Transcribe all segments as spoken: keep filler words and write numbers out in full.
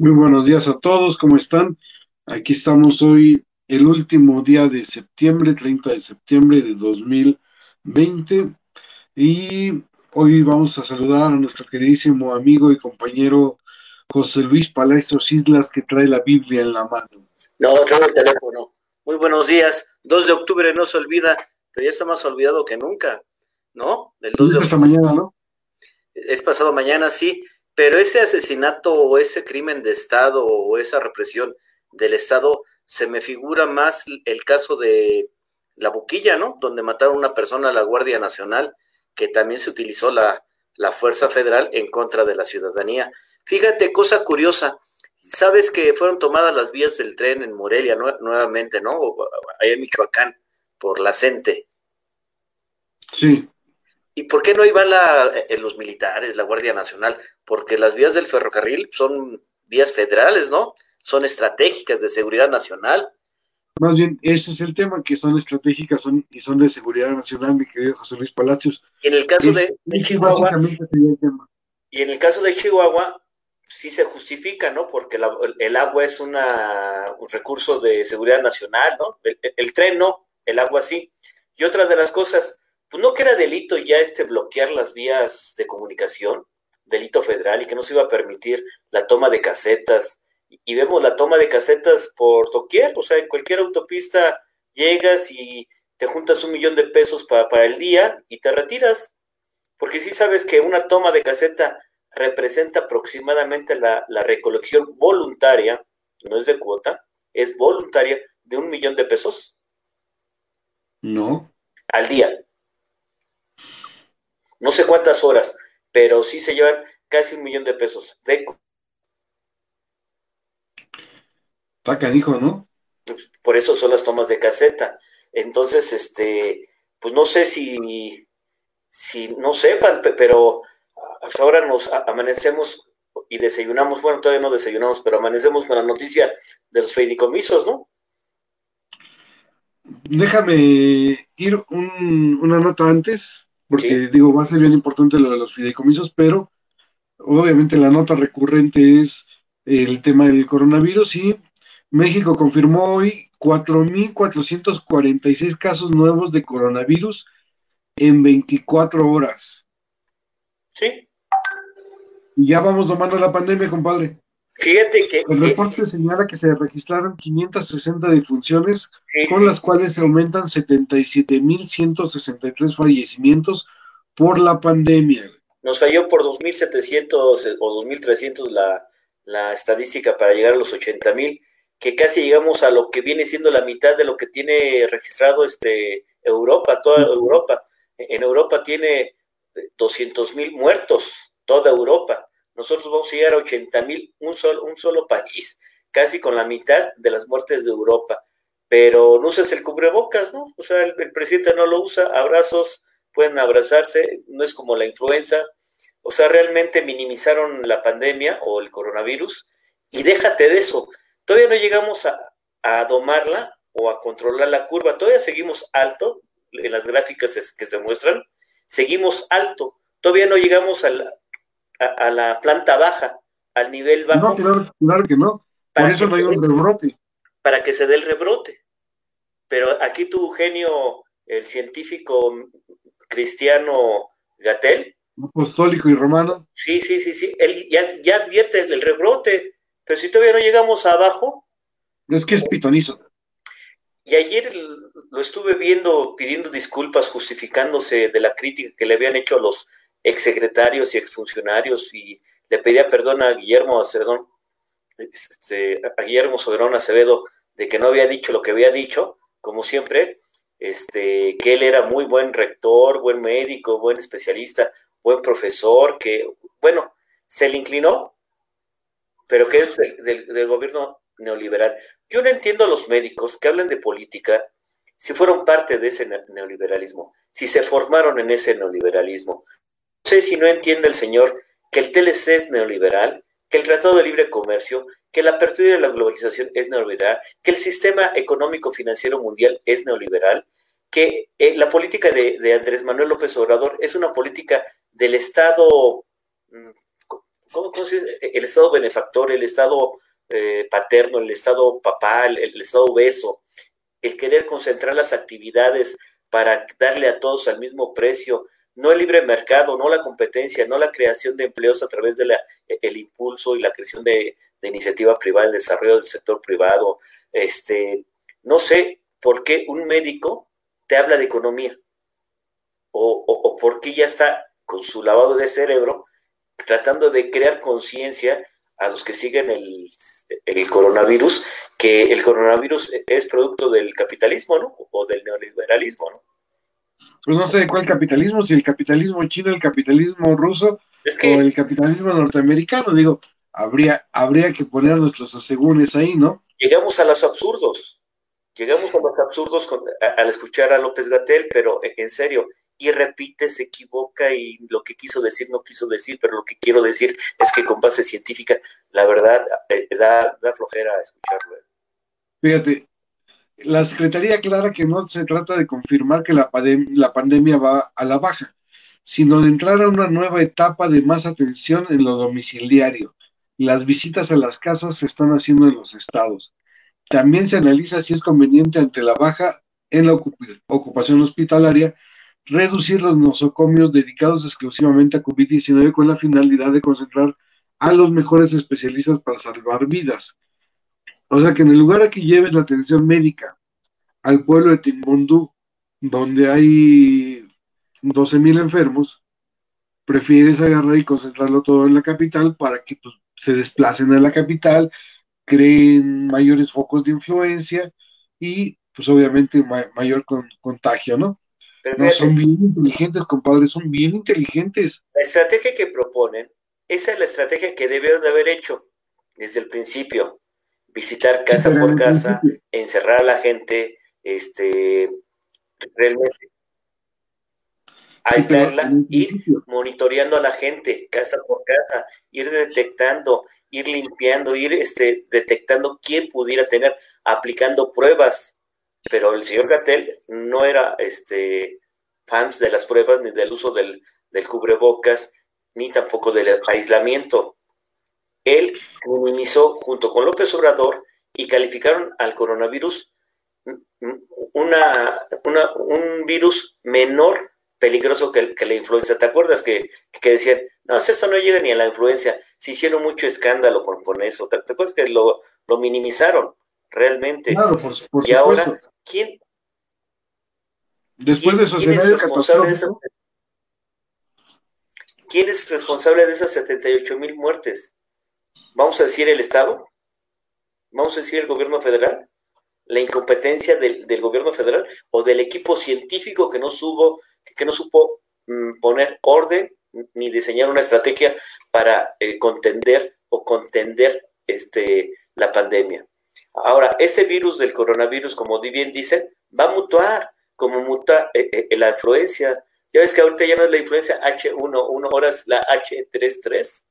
Muy buenos días a todos, ¿cómo están? Aquí estamos hoy, el último día de septiembre, treinta de septiembre de dos mil veinte, y hoy vamos a saludar a nuestro queridísimo amigo y compañero José Luis Palacios Islas, que trae la Biblia en la mano. No, traigo el teléfono. Muy buenos días. dos de octubre no se olvida, pero ya está más olvidado que nunca, ¿no? El dos de Esta octubre mañana, ¿no? es pasado mañana, sí, pero ese asesinato o ese crimen de Estado o esa represión del Estado se me figura más el caso de La Boquilla, ¿no? Donde mataron a una persona a la Guardia Nacional, que también se utilizó la, la Fuerza Federal en contra de la ciudadanía. Fíjate, cosa curiosa, sabes que fueron tomadas las vías del tren en Morelia nue- nuevamente, ¿no? Allá en Michoacán, por la CENTE. Sí, ¿Y por qué no iban la, eh, los militares, la Guardia Nacional? Porque las vías del ferrocarril son vías federales, ¿no? Son estratégicas de seguridad nacional. más bien ese es el tema, que son estratégicas son, y son de seguridad nacional, mi querido José Luis Palacios. Y en el caso Es, de, de ese Chihuahua, básicamente sería el tema. y en el caso de Chihuahua, sí se justifica, ¿no? Porque la, el agua es una, un recurso de seguridad nacional, ¿no? El, el, el tren no, el agua sí. Y otra de las cosas, pues no que era delito ya este bloquear las vías de comunicación, delito federal, y que no se iba a permitir la toma de casetas. Y, y vemos la toma de casetas por doquier, o sea, en cualquier autopista llegas y te juntas un millón de pesos para, para el día y te retiras. Porque sí sabes que una toma de caseta representa aproximadamente la, la recolección voluntaria, no es de cuota, es voluntaria de un millón de pesos No, al día. No sé cuántas horas, pero sí se llevan casi un millón de pesos. De, está canijo, ¿no? por eso son las tomas de caseta. Entonces, este, pues no sé si, si no sepan, pero hasta ahora nos amanecemos y desayunamos, bueno, todavía no desayunamos, pero amanecemos con la noticia de los fideicomisos, ¿no? Déjame ir un- una nota antes, Sí, porque digo, va a ser bien importante lo de los fideicomisos, pero obviamente la nota recurrente es el tema del coronavirus y México confirmó hoy cuatro mil cuatrocientos cuarenta y seis casos nuevos de coronavirus en veinticuatro horas. sí. Y ya vamos domando la pandemia, compadre. Fíjate que, El que reporte señala que se registraron quinientas sesenta defunciones, sí, con sí, las cuales se aumentan setenta y siete mil ciento sesenta y tres fallecimientos por la pandemia. nos falló por dos mil setecientos o dos mil trescientos la, la estadística para llegar a los ochenta mil, que casi llegamos a lo que viene siendo la mitad de lo que tiene registrado este Europa, toda Europa. En Europa tiene doscientos mil muertos, toda Europa. Nosotros vamos a llegar a ochenta mil, un solo, un solo país, casi con la mitad de las muertes de Europa. Pero no usas el cubrebocas, ¿no? O sea, el, el presidente no lo usa, abrazos, pueden abrazarse, no es como la influenza. O sea, realmente minimizaron la pandemia o el coronavirus. Y déjate de eso, todavía no llegamos a, a domarla o a controlar la curva, todavía seguimos alto en las gráficas que se muestran, seguimos alto, todavía no llegamos a la, a, a la planta baja, al nivel No, bajo, claro, claro que no. Por para eso que, no hay un rebrote. para que se dé el rebrote. Pero aquí tu genio, el científico cristiano Gatel, Apostólico y romano. sí, sí, sí, sí, él ya, ya advierte el rebrote, pero si todavía no llegamos abajo, Es que es pitonizo. y ayer lo estuve viendo pidiendo disculpas, justificándose de la crítica que le habían hecho a los exsecretarios y exfuncionarios, y le pedía perdón a Guillermo Acevedo, este, a Guillermo Soberón Acevedo, de que no había dicho lo que había dicho, como siempre, este, que él era muy buen rector, buen médico, buen especialista, buen profesor, que, bueno, se le inclinó, pero que es del, del, del gobierno neoliberal. Yo no entiendo a los médicos que hablan de política si fueron parte de ese neoliberalismo, si se formaron en ese neoliberalismo. No sé si no entiende el señor que el T L C es neoliberal, que el Tratado de Libre Comercio, que la apertura de la globalización es neoliberal, que el sistema económico financiero mundial es neoliberal, que eh, la política de, de Andrés Manuel López Obrador es una política del Estado, ¿cómo, cómo se dice? El Estado benefactor, el Estado eh, paterno, el Estado papal, el, el Estado obeso, el querer concentrar las actividades para darle a todos al mismo precio, no el libre mercado, no la competencia, no la creación de empleos a través del el impulso y la creación de, de iniciativa privada, el desarrollo del sector privado. Este, no sé por qué un médico te habla de economía o, o, o por qué ya está con su lavado de cerebro tratando de crear conciencia a los que siguen el, el coronavirus, que el coronavirus es producto del capitalismo, ¿no? O del neoliberalismo, ¿no? Pues no sé de cuál capitalismo, si el capitalismo chino, el capitalismo ruso Es o que el capitalismo norteamericano, digo, habría, habría que poner nuestros asegúnes ahí, ¿no? llegamos a los absurdos, llegamos a los absurdos con, a, al escuchar a López Gatell, pero en serio, y repite, se equivoca y lo que quiso decir no quiso decir, pero lo que quiero decir es que con base científica, la verdad, eh, da, da flojera escucharlo. Fíjate, la Secretaría aclara que no se trata de confirmar que la, la pandemia va a la baja, sino de entrar a una nueva etapa de más atención en lo domiciliario. Las visitas a las casas se están haciendo en los estados. También se analiza si es conveniente ante la baja en la ocup ocupación hospitalaria reducir los nosocomios dedicados exclusivamente a COVID diecinueve con la finalidad de concentrar a los mejores especialistas para salvar vidas. O sea que en el lugar a que lleves la atención médica al pueblo de Timbundú, donde hay doce mil enfermos, prefieres agarrar y concentrarlo todo en la capital para que pues, se desplacen a la capital, creen mayores focos de influencia y pues obviamente ma mayor con contagio, ¿no? Pero No, son fíjate, bien inteligentes, compadre, son bien inteligentes. la estrategia que proponen, esa es la estrategia que debieron de haber hecho desde el principio. Visitar Sí, casa pero en por el casa, principio, encerrar a la gente, este, realmente sí, pero en aislarla, el ir principio, monitoreando a la gente, casa por casa, ir detectando, ir limpiando, ir este, detectando quién pudiera tener, aplicando pruebas. Pero el señor Gatell no era este, fans de las pruebas ni del uso del, del cubrebocas, ni tampoco del aislamiento. Él minimizó junto con López Obrador y calificaron al coronavirus una, una, un virus menor peligroso que, que la influenza. ¿Te acuerdas que, que decían, no, eso no llega ni a la influencia? Se hicieron mucho escándalo con, con eso. ¿Te, ¿Te acuerdas que lo, lo minimizaron realmente? claro, por, por Y supuesto. ahora, ¿quién, Después de quién, su quién es escenario responsable de eso? catastrófico, ¿Quién es responsable de esas setenta y ocho mil muertes? ¿Vamos a decir el Estado? ¿Vamos a decir el gobierno federal? ¿La incompetencia del, del gobierno federal o del equipo científico que no, supo, que no supo mmm, poner orden ni diseñar una estrategia para eh, contender o contender este, la pandemia? Ahora, este virus del coronavirus, como bien dicen, va a mutar, como muta eh, eh, la influencia. Ya ves que ahorita ya no es la influencia H uno uno, ahora es la H tres tres.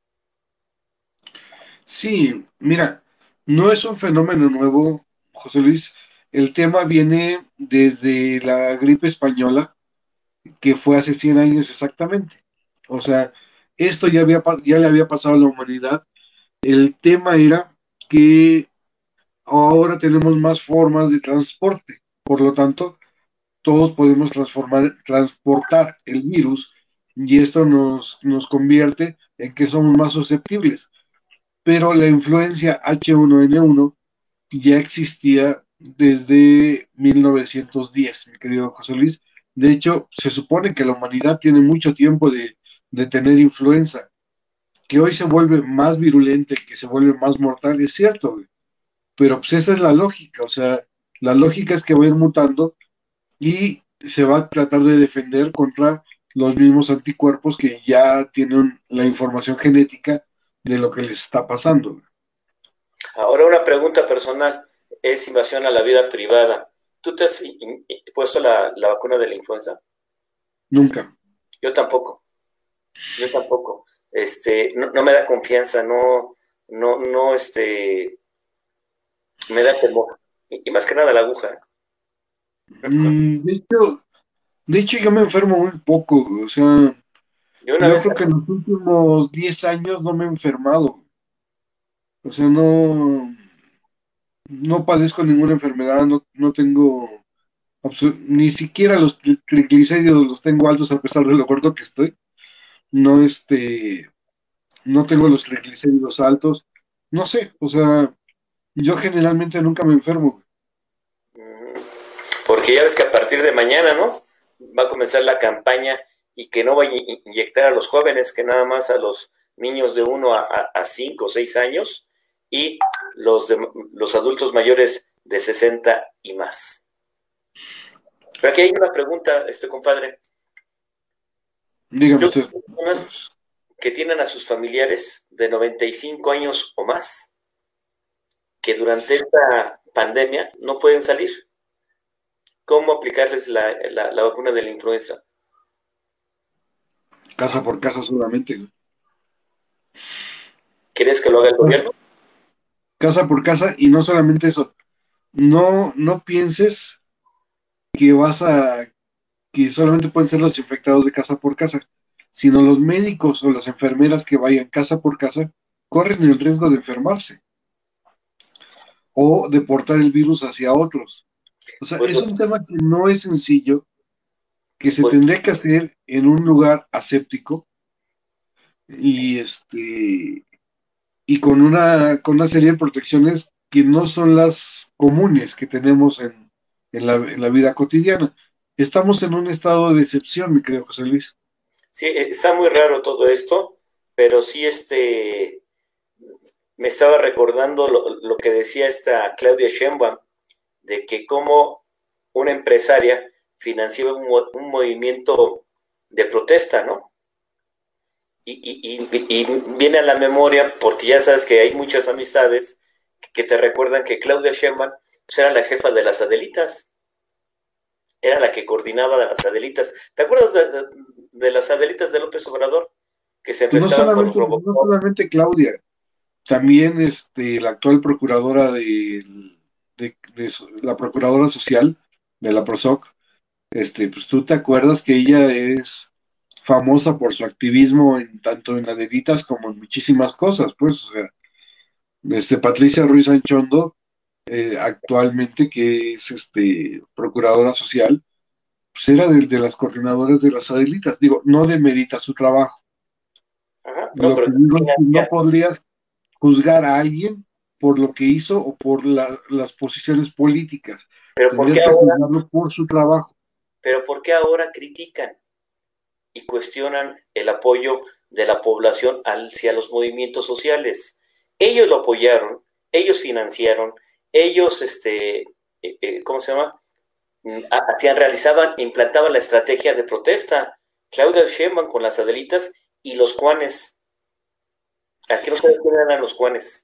sí, mira, no es un fenómeno nuevo, José Luis. El tema viene desde la gripe española, que fue hace cien años exactamente. O sea, esto ya, había, ya le había pasado a la humanidad. El tema era que ahora tenemos más formas de transporte. Por lo tanto, todos podemos transformar, transportar el virus y esto nos, nos convierte en que somos más susceptibles. Pero la influencia H uno N uno ya existía desde mil novecientos diez, mi querido José Luis. De hecho, se supone que la humanidad tiene mucho tiempo de, de tener influenza, que hoy se vuelve más virulente, que se vuelve más mortal, es cierto, güey. Pero pues esa es la lógica, o sea, la lógica es que va a ir mutando y se va a tratar de defender contra los mismos anticuerpos que ya tienen la información genética de lo que les está pasando. Ahora una pregunta personal, es invasión a la vida privada. ¿Tú te has puesto la, la vacuna de la influenza? Nunca. Yo tampoco, yo tampoco. Este, no, no me da confianza, no, no, no, este, me da temor. Y, y más que nada la aguja. Mm, de hecho, de hecho, yo me enfermo muy poco, o sea, Yo una Yo vez, creo que en los últimos diez años no me he enfermado. O sea, no, no padezco ninguna enfermedad, no, no tengo absolu- ni siquiera los triglicéridos los tengo altos a pesar de lo gordo que estoy. No, este, no tengo los triglicéridos altos. No sé, o sea, yo generalmente nunca me enfermo. ujú, porque ya ves que a partir de mañana, ¿no? Va a comenzar la campaña y que no va a in- inyectar a los jóvenes, que nada más a los niños de uno a, a, cinco o seis años y los, de, los adultos mayores de sesenta y más. Pero aquí hay una pregunta, este compadre. Dígame Yo usted. conozco personas que tienen a sus familiares de noventa y cinco años o más que durante esta pandemia no pueden salir. ¿Cómo aplicarles la, la, la vacuna de la influenza? Casa por casa solamente. ¿Quieres que lo haga el Casa, gobierno? casa por casa y no solamente eso. No, no pienses que vas a, que solamente pueden ser los infectados de casa por casa, sino los médicos o las enfermeras que vayan casa por casa corren el riesgo de enfermarse o de portar el virus hacia otros. O sea, Pues, es un tema que no es sencillo, que se pues, tendría que hacer en un lugar aséptico y este y con una, con una serie de protecciones que no son las comunes que tenemos en, en, la, en la vida cotidiana. Estamos en un estado de excepción, mi querido José Luis. sí, está muy raro todo esto, pero sí este, me estaba recordando lo, lo que decía esta Claudia Sheinbaum, de que como una empresaria financiaba un, un movimiento de protesta, ¿no? Y, y, y, y, viene a la memoria, porque ya sabes que hay muchas amistades que te recuerdan que Claudia Sheinbaum pues, era la jefa de las Adelitas, era la que coordinaba de las Adelitas. ¿Te acuerdas de, de, de las Adelitas de López Obrador? Que se No enfrentaban con los solamente, no Robocop. solamente Claudia, también este, la actual procuradora de, de, de, la procuradora social de la PROSOC, este, pues tú te acuerdas que ella es famosa por su activismo en tanto en Adelitas como en muchísimas cosas, pues, o sea, este, Patricia Ruiz Anchondo, eh, actualmente que es este, procuradora social, pues era de, de las coordinadoras de las Adelitas. Digo, no demerita su trabajo. Ajá, no, Lo pero que digo es que no podrías juzgar a alguien por lo que hizo o por la, las posiciones políticas. pero ¿por qué Tendrías que ahora, juzgarlo por su trabajo. pero por qué ahora critican y cuestionan el apoyo de la población hacia los movimientos sociales? Ellos lo apoyaron, ellos financiaron, ellos, este, eh, eh, ¿cómo se llama? Hacían, realizaban, implantaban la estrategia de protesta. Claudia Sheinbaum con las Adelitas y los Juanes. Aquí no sabes quiénes eran los Juanes.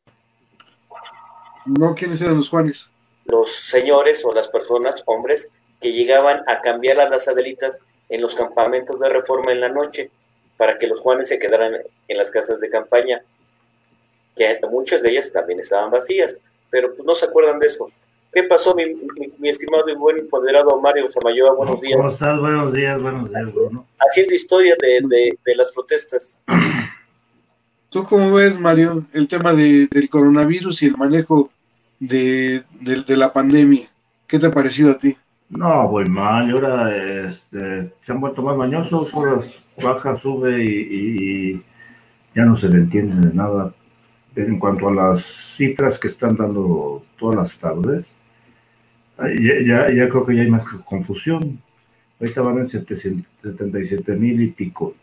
No, ¿quiénes eran los Juanes? Los señores o las personas, hombres, que llegaban a cambiar a las Adelitas en los campamentos de reforma en la noche para que los Juanes se quedaran en las casas de campaña, que muchas de ellas también estaban vacías, pero pues no se acuerdan de eso. ¿Qué pasó, mi, mi, mi estimado y buen empoderado Mario Samayoa? Buenos días. ¿Cómo estás? Buenos días, buenos días, Bruno. Haciendo historia de, de, de las protestas. ¿Tú cómo ves, Mario, el tema de, del coronavirus y el manejo de, de, de la pandemia? ¿Qué te ha parecido a ti? No, voy mal. Y ahora este, se han vuelto más mañosos. Horas baja, sube y, y, y ya no se le entiende de nada. En cuanto a las cifras que están dando todas las tardes, ya, ya, ya creo que ya hay más confusión. Ahorita van en setenta y siete mil y pico.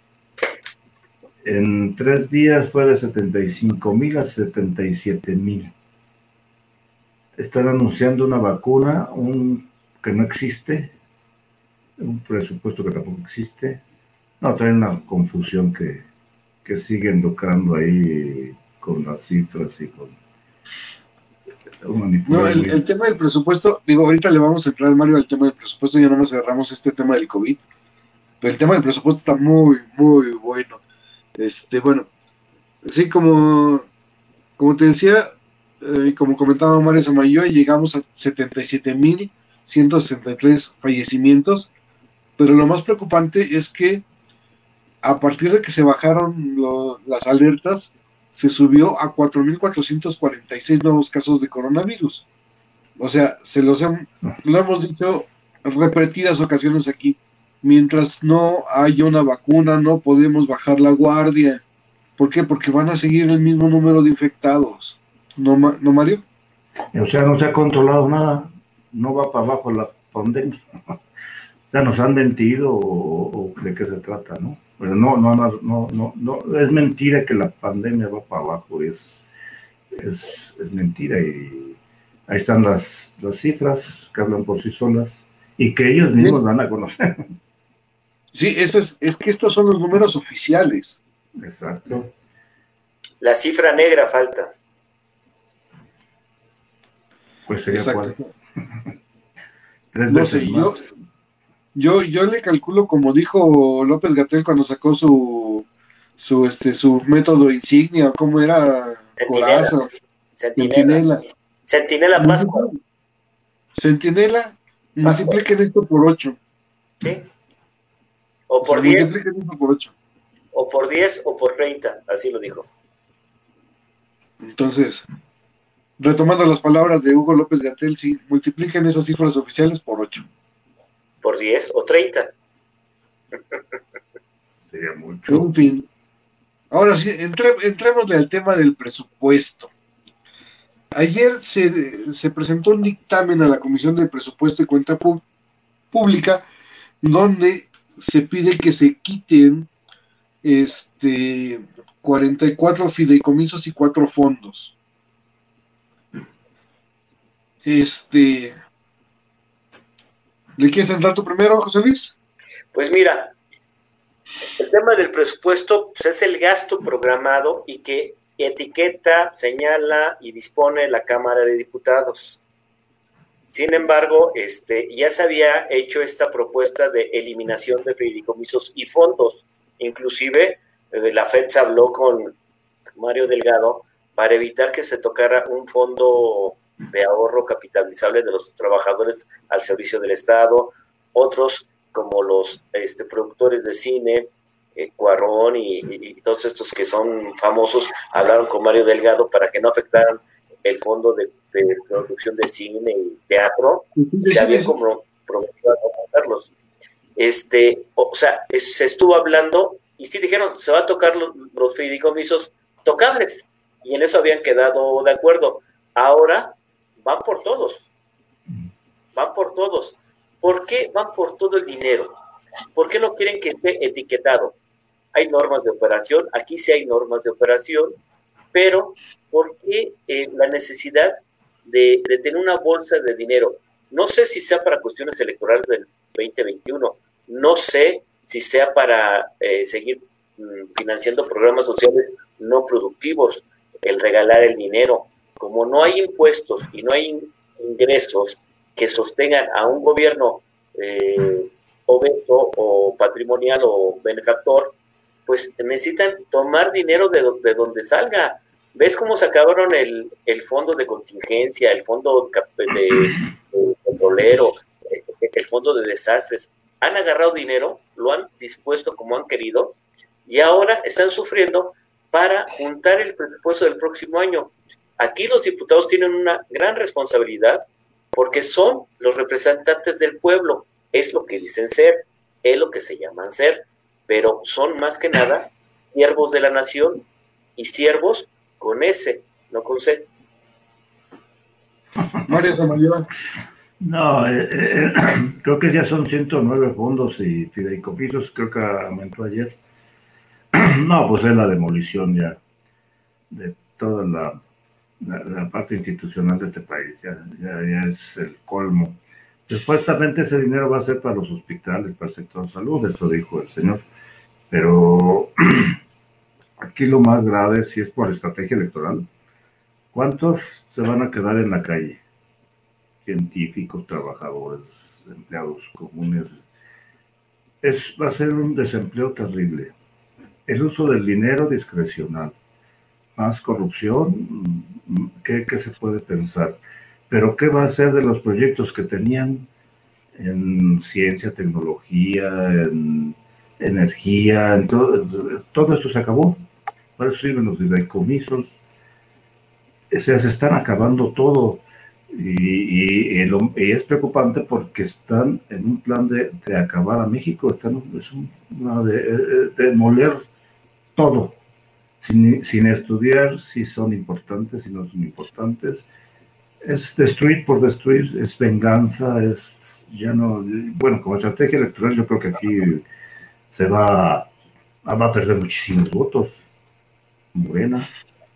En tres días fue de setenta y cinco mil a setenta y siete mil. Están anunciando una vacuna un, que no existe, un presupuesto que tampoco existe. No, traen una confusión que, que siguen lucrando ahí con las cifras y con... No, el, el tema del presupuesto, digo, ahorita le vamos a entrar, Mario, al tema del presupuesto, ya nada más cerramos este tema del COVID, pero el tema del presupuesto está muy, muy bueno. Este, bueno, sí, como, como te decía, y eh, como comentaba Mario Samayoa, llegamos a setenta y siete mil ciento sesenta y tres fallecimientos, pero lo más preocupante es que a partir de que se bajaron lo, las alertas, se subió a cuatro mil cuatrocientos cuarenta y seis nuevos casos de coronavirus. O sea, se los hem, lo hemos dicho repetidas ocasiones aquí. Mientras no haya una vacuna, no podemos bajar la guardia. ¿Por qué? Porque van a seguir el mismo número de infectados. ¿No, ¿no Mario? O sea, no se ha controlado nada. No va para abajo la pandemia. Ya nos han mentido o, o de qué se trata, ¿no? Pero no, no, no, no, no, no, es mentira que la pandemia va para abajo, es, es, es mentira, y ahí están las, las cifras que hablan por sí solas y que ellos mismos van a conocer. Sí, eso es, es que estos son los números oficiales. Exacto. La cifra negra falta. Pues sería cuál. Tres no veces sé, más. Yo, yo, yo le calculo, como dijo López-Gatell cuando sacó su su este su método insignia, ¿cómo era? Coraza. Centinela. Centinela Pascua. Centinela, multipliquen esto por ocho. Sí. O por diez. Multipliquen esto por ocho. O por diez o por treinta, así lo dijo. Entonces, retomando las palabras de Hugo López-Gatell, sí, multipliquen esas cifras oficiales por ocho. Por diez o treinta. Sería mucho. En fin. Ahora sí, entre, entrémosle al tema del presupuesto. Ayer se, se presentó un dictamen a la Comisión de Presupuesto y Cuenta Pu- Pública, donde se pide que se quiten este cuarenta y cuatro fideicomisos y cuatro fondos. Este, ¿le quieres entrar tú primero, José Luis? Pues mira, el tema del presupuesto pues, es el gasto programado y que etiqueta, señala y dispone la Cámara de Diputados. Sin embargo, este, ya se había hecho esta propuesta de eliminación de fideicomisos y fondos. Inclusive, eh, la FEDS habló con Mario Delgado para evitar que se tocara un fondo de ahorro capitalizable de los trabajadores al servicio del Estado, otros como los este, productores de cine, eh, Cuarón y, y, y todos estos que son famosos, hablaron con Mario Delgado para que no afectaran el fondo de, de producción de cine y teatro, y se habían comprometido a tocarlos. Este, o sea, es, se estuvo hablando y sí dijeron, se va a tocar los, los fideicomisos tocables, y en eso habían quedado de acuerdo. Ahora van por todos, van por todos. ¿Por qué van por todo el dinero? ¿Por qué no quieren que esté etiquetado? Hay normas de operación, aquí sí hay normas de operación, pero ¿por qué eh, la necesidad de, de tener una bolsa de dinero? No sé si sea para cuestiones electorales del veinte veintiuno, no sé si sea para eh, seguir mm, financiando programas sociales no productivos, el regalar el dinero. Como no hay impuestos y no hay ingresos que sostengan a un gobierno eh, obeso o patrimonial o benefactor, pues necesitan tomar dinero de, do, de donde salga. ¿Ves cómo se acabaron el, el fondo de contingencia, el fondo de, de, de petrolero, el fondo de desastres? Han agarrado dinero, lo han dispuesto como han querido, y ahora están sufriendo para juntar el presupuesto del próximo año. Aquí los diputados tienen una gran responsabilidad porque son los representantes del pueblo, es lo que dicen ser, es lo que se llaman ser, pero son más que nada siervos de la nación, y siervos con S, no con C. Mario Samayoa. No, eh, eh, creo que ya son ciento nueve fondos y fideicomisos, creo que aumentó ayer. No, pues es la demolición ya de toda la, la, la parte institucional de este país, ya, ya, ya es el colmo. Supuestamente ese dinero va a ser para los hospitales, para el sector salud, eso dijo el señor. Pero aquí lo más grave, si es por estrategia electoral, ¿cuántos se van a quedar en la calle? Científicos, trabajadores, empleados comunes. Es, va a ser un desempleo terrible. El uso del dinero discrecional, más corrupción, ¿qué, qué se puede pensar? Pero ¿qué va a ser de los proyectos que tenían en ciencia, tecnología, en energía, todo, todo eso se acabó. Por eso sirven los fideicomisos. O sea, se están acabando todo. Y, y, y, lo, y es preocupante porque están en un plan de, de acabar a México, están es una de, de demoler todo, sin, sin estudiar si son importantes, si no son importantes. Es destruir por destruir, es venganza, es ya no, bueno, como estrategia electoral yo creo que aquí se va, va a perder muchísimos votos. Buena.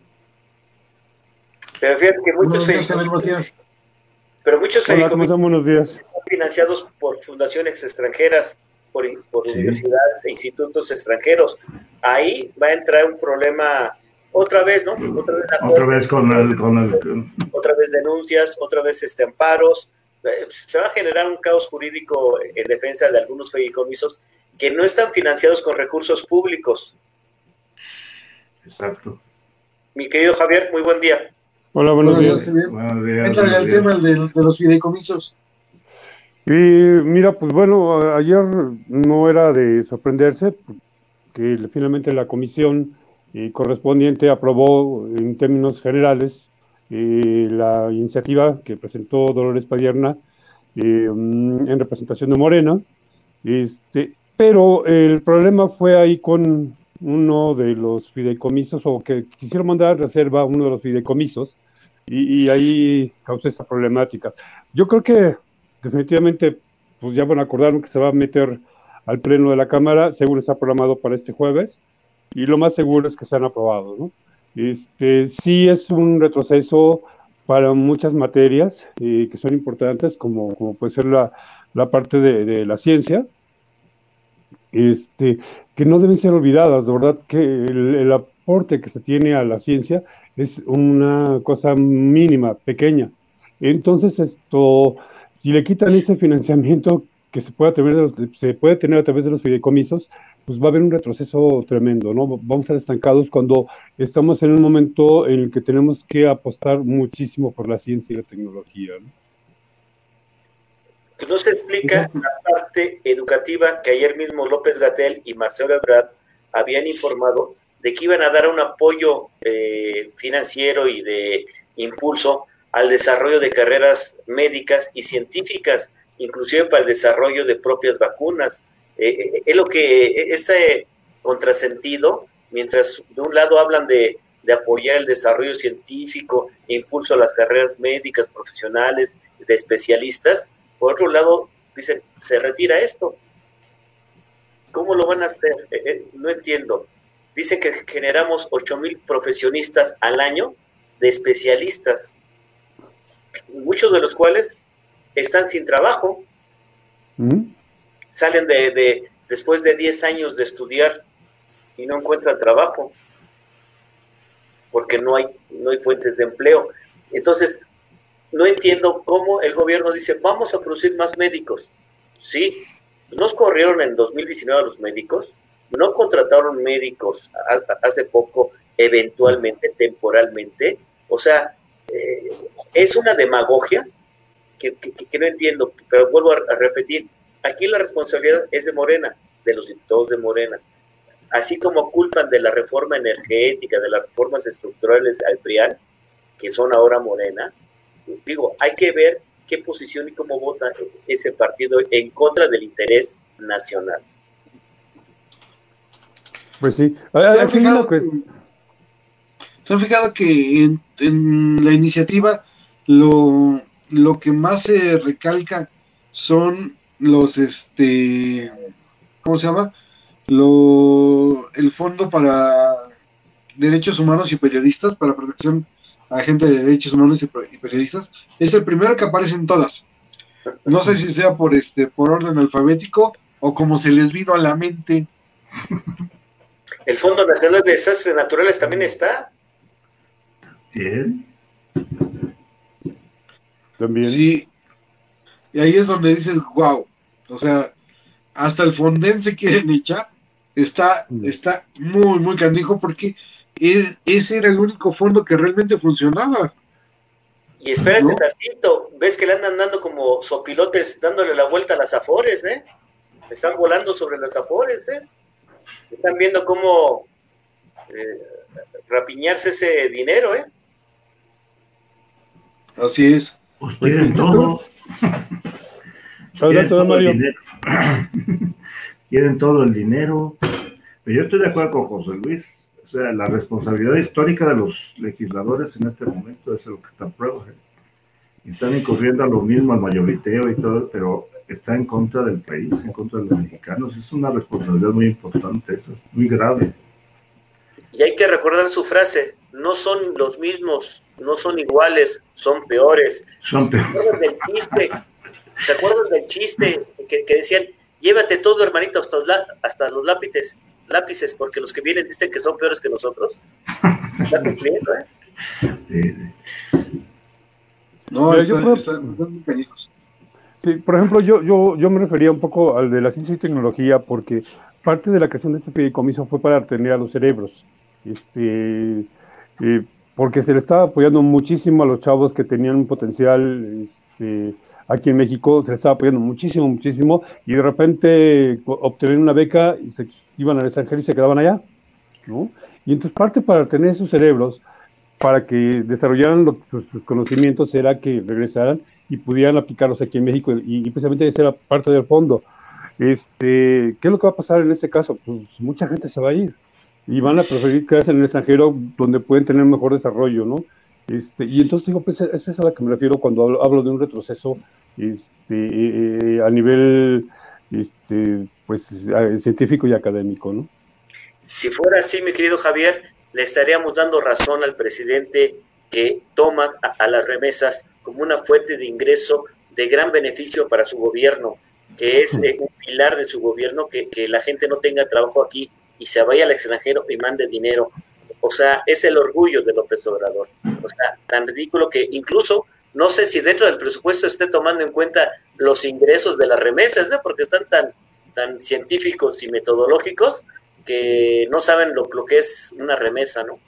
Pero fíjate que muchos... Buenos días, Javier Macías. Pero muchos Hola, ¿cómo están? Buenos días. Están financiados por fundaciones extranjeras, por, por sí. universidades e institutos extranjeros. Ahí va a entrar un problema otra vez, ¿no? Otra vez, otra vez con el, con el... Otra vez denuncias, otra vez este, amparos. Se va a generar un caos jurídico en defensa de algunos fideicomisos que no están financiados con recursos públicos. Exacto. Mi querido Javier, muy buen día. Hola, buenos, buenos días. días. Buenos días. Entra al tema de, de los fideicomisos. Y mira, pues bueno, ayer no era de sorprenderse que finalmente la comisión eh, correspondiente aprobó en términos generales eh, la iniciativa que presentó Dolores Padierna eh, en representación de Morena, este, pero el problema fue ahí con uno de los fideicomisos, o que quisieron mandar reserva a uno de los fideicomisos, y, y ahí causó esa problemática. Yo creo que definitivamente pues ya van a acordar que se va a meter al pleno de la Cámara, seguro está programado para este jueves, y lo más seguro es que sean aprobados, ¿no? Este, sí es un retroceso para muchas materias eh, que son importantes, como, como puede ser la, la parte de, de la ciencia, este, que no deben ser olvidadas, de verdad que el, el aporte que se tiene a la ciencia es una cosa mínima, pequeña. Entonces, esto, si le quitan ese financiamiento que se puede tener, se puede tener a través de los fideicomisos, pues va a haber un retroceso tremendo, ¿no? Vamos a estar estancados cuando estamos en un momento en el que tenemos que apostar muchísimo por la ciencia y la tecnología, ¿no? Pues no se explica la parte educativa que ayer mismo López-Gatell y Marcelo Ebrard habían informado de que iban a dar un apoyo eh, financiero y de impulso al desarrollo de carreras médicas y científicas, inclusive para el desarrollo de propias vacunas. Eh, es lo que este contrasentido, mientras de un lado hablan de, de apoyar el desarrollo científico e impulso a las carreras médicas, profesionales, de especialistas, por otro lado, dicen, se retira esto. ¿Cómo lo van a hacer? Eh, eh, no entiendo. Dicen que generamos ocho mil profesionistas al año de especialistas, muchos de los cuales están sin trabajo. ¿Mm? Salen de, de después de diez años de estudiar y no encuentran trabajo porque no hay, no hay fuentes de empleo. Entonces, no entiendo cómo el gobierno dice, vamos a producir más médicos. Sí, nos corrieron en dos mil diecinueve a los médicos, no contrataron médicos hace poco, eventualmente, temporalmente. O sea, eh, es una demagogia que, que, que no entiendo, pero vuelvo a, a repetir, aquí la responsabilidad es de Morena, de los diputados de Morena. Así como culpan de la reforma energética, de las reformas estructurales al P R I A N, que son ahora Morena, digo, hay que ver qué posición y cómo vota ese partido en contra del interés nacional. Pues sí. ¿Se han fijado que, ¿se han fijado que en, en la iniciativa lo, lo que más se recalca son los, este, ¿cómo se llama? Lo, el Fondo para Derechos Humanos y Periodistas, para protección a gente de derechos humanos y periodistas? Es el primero que aparece en todas. No sé si sea por este por orden alfabético o como se les vino a la mente. El Fondo Nacional de Desastres Naturales también está. Bien. También. Sí. Y ahí es donde dices, wow. O sea, hasta el Fonden se quieren echar. Está, está muy, muy canijo porque Es, ese era el único fondo que realmente funcionaba. Y espérate, ¿no? Tantito, ves que le andan dando como sopilotes dándole la vuelta a las afores, ¿eh? están volando sobre las afores, ¿eh? Están viendo cómo eh, rapiñarse ese dinero, ¿eh? Así es. Pues quieren todo. Quieren todo, Mario. Quieren todo el dinero. Pero yo estoy de acuerdo con José Luis. O sea, la responsabilidad histórica de los legisladores en este momento es lo que está en prueba. ¿eh? Están incurriendo a lo mismo, al mayoriteo y todo, pero está en contra del país, en contra de los mexicanos. Es una responsabilidad muy importante, eso, muy grave. Y hay que recordar su frase: no son los mismos, no son iguales, son peores. Son peores. ¿Te acuerdas del chiste? ¿Te acuerdas del chiste que, que decían, llévate todo, hermanito, hasta los, hasta los lápices, lápices, porque los que vienen dicen que son peores que nosotros? Se está cumpliendo, ¿eh? Sí. No, Mira, está, yo puedo... están muy canijos. Sí, por ejemplo, yo, yo, yo me refería un poco al de la ciencia y tecnología, porque parte de la creación de este fideicomiso fue para atender a los cerebros, este, eh, porque se le estaba apoyando muchísimo a los chavos que tenían un potencial, este, aquí en México se les estaba apoyando muchísimo, muchísimo, y de repente obtenían una beca y se iban al extranjero y se quedaban allá, ¿no? Y entonces parte para tener esos cerebros, para que desarrollaran lo, sus, sus conocimientos, era que regresaran y pudieran aplicarlos aquí en México, y, y precisamente esa era parte del fondo. Este, ¿qué es lo que va a pasar en este caso? Pues mucha gente se va a ir, y van a preferir quedarse en el extranjero, donde pueden tener mejor desarrollo, ¿no? Este, y entonces digo, pues es eso a lo que me refiero cuando hablo, hablo de un retroceso este, eh, a nivel este, pues, científico y académico, ¿no? Si fuera así, mi querido Javier, le estaríamos dando razón al presidente que toma a, a las remesas como una fuente de ingreso de gran beneficio para su gobierno, que es eh, un pilar de su gobierno, que, que la gente no tenga trabajo aquí y se vaya al extranjero y mande dinero. O sea, es el orgullo de López Obrador. O sea, tan ridículo que incluso no sé si dentro del presupuesto esté tomando en cuenta los ingresos de las remesas, ¿no? Porque están tan, tan científicos y metodológicos que no saben lo, lo que es una remesa, ¿no?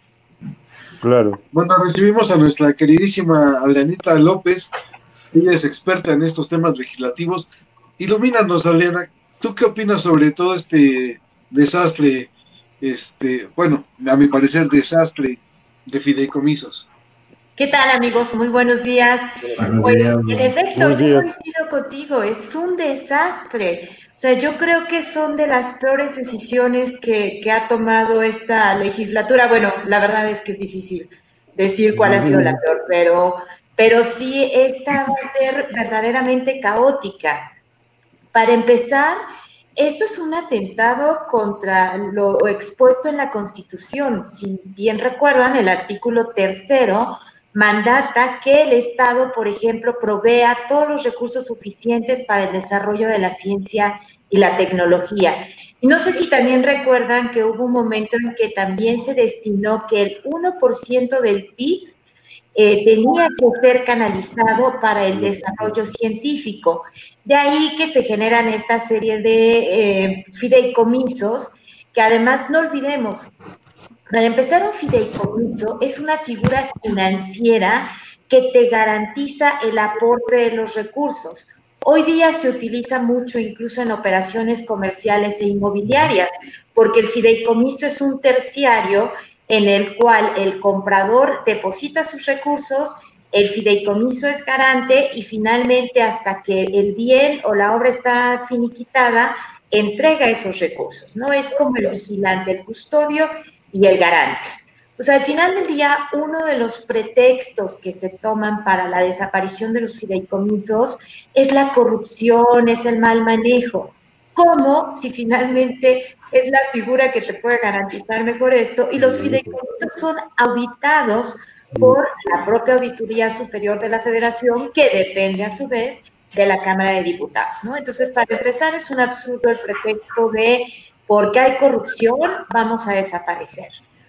Claro. Bueno, recibimos a nuestra queridísima Adrianita López. Ella es experta en estos temas legislativos. Ilumínanos, Adriana, ¿tú qué opinas sobre todo este desastre, este, bueno, a mi parecer, desastre de fideicomisos? ¿Qué tal, amigos? Muy buenos días. Buenos Pues, días. en efecto, Buenos yo días. coincido contigo, es un desastre. O sea, yo creo que son de las peores decisiones que, que ha tomado esta legislatura. Bueno, la verdad es que es difícil decir cuál ha sido la peor, pero, pero sí, esta va a ser verdaderamente caótica. Para empezar, esto es un atentado contra lo expuesto en la Constitución. Si bien recuerdan, el artículo tercero mandata que el Estado, por ejemplo, provea todos los recursos suficientes para el desarrollo de la ciencia y la tecnología. Y no sé si también recuerdan que hubo un momento en que también se destinó que el uno por ciento del P I B eh, tenía que ser canalizado para el desarrollo científico. De ahí que se generan esta serie de eh, fideicomisos, que además no olvidemos, para empezar, un fideicomiso es una figura financiera que te garantiza el aporte de los recursos. Hoy día se utiliza mucho incluso en operaciones comerciales e inmobiliarias, porque el fideicomiso es un terciario en el cual el comprador deposita sus recursos, el fideicomiso es garante y finalmente hasta que el bien o la obra está finiquitada, entrega esos recursos, ¿no? Es como el vigilante, el custodio y el garante. O sea, al final del día, uno de los pretextos que se toman para la desaparición de los fideicomisos es la corrupción, es el mal manejo. ¿Cómo? Si finalmente es la figura que te puede garantizar mejor esto, y los fideicomisos son auditados por la propia Auditoría Superior de la Federación, que depende a su vez de la Cámara de Diputados, ¿no? Entonces, para empezar, es un absurdo el pretexto de porque hay corrupción, vamos a desaparecer.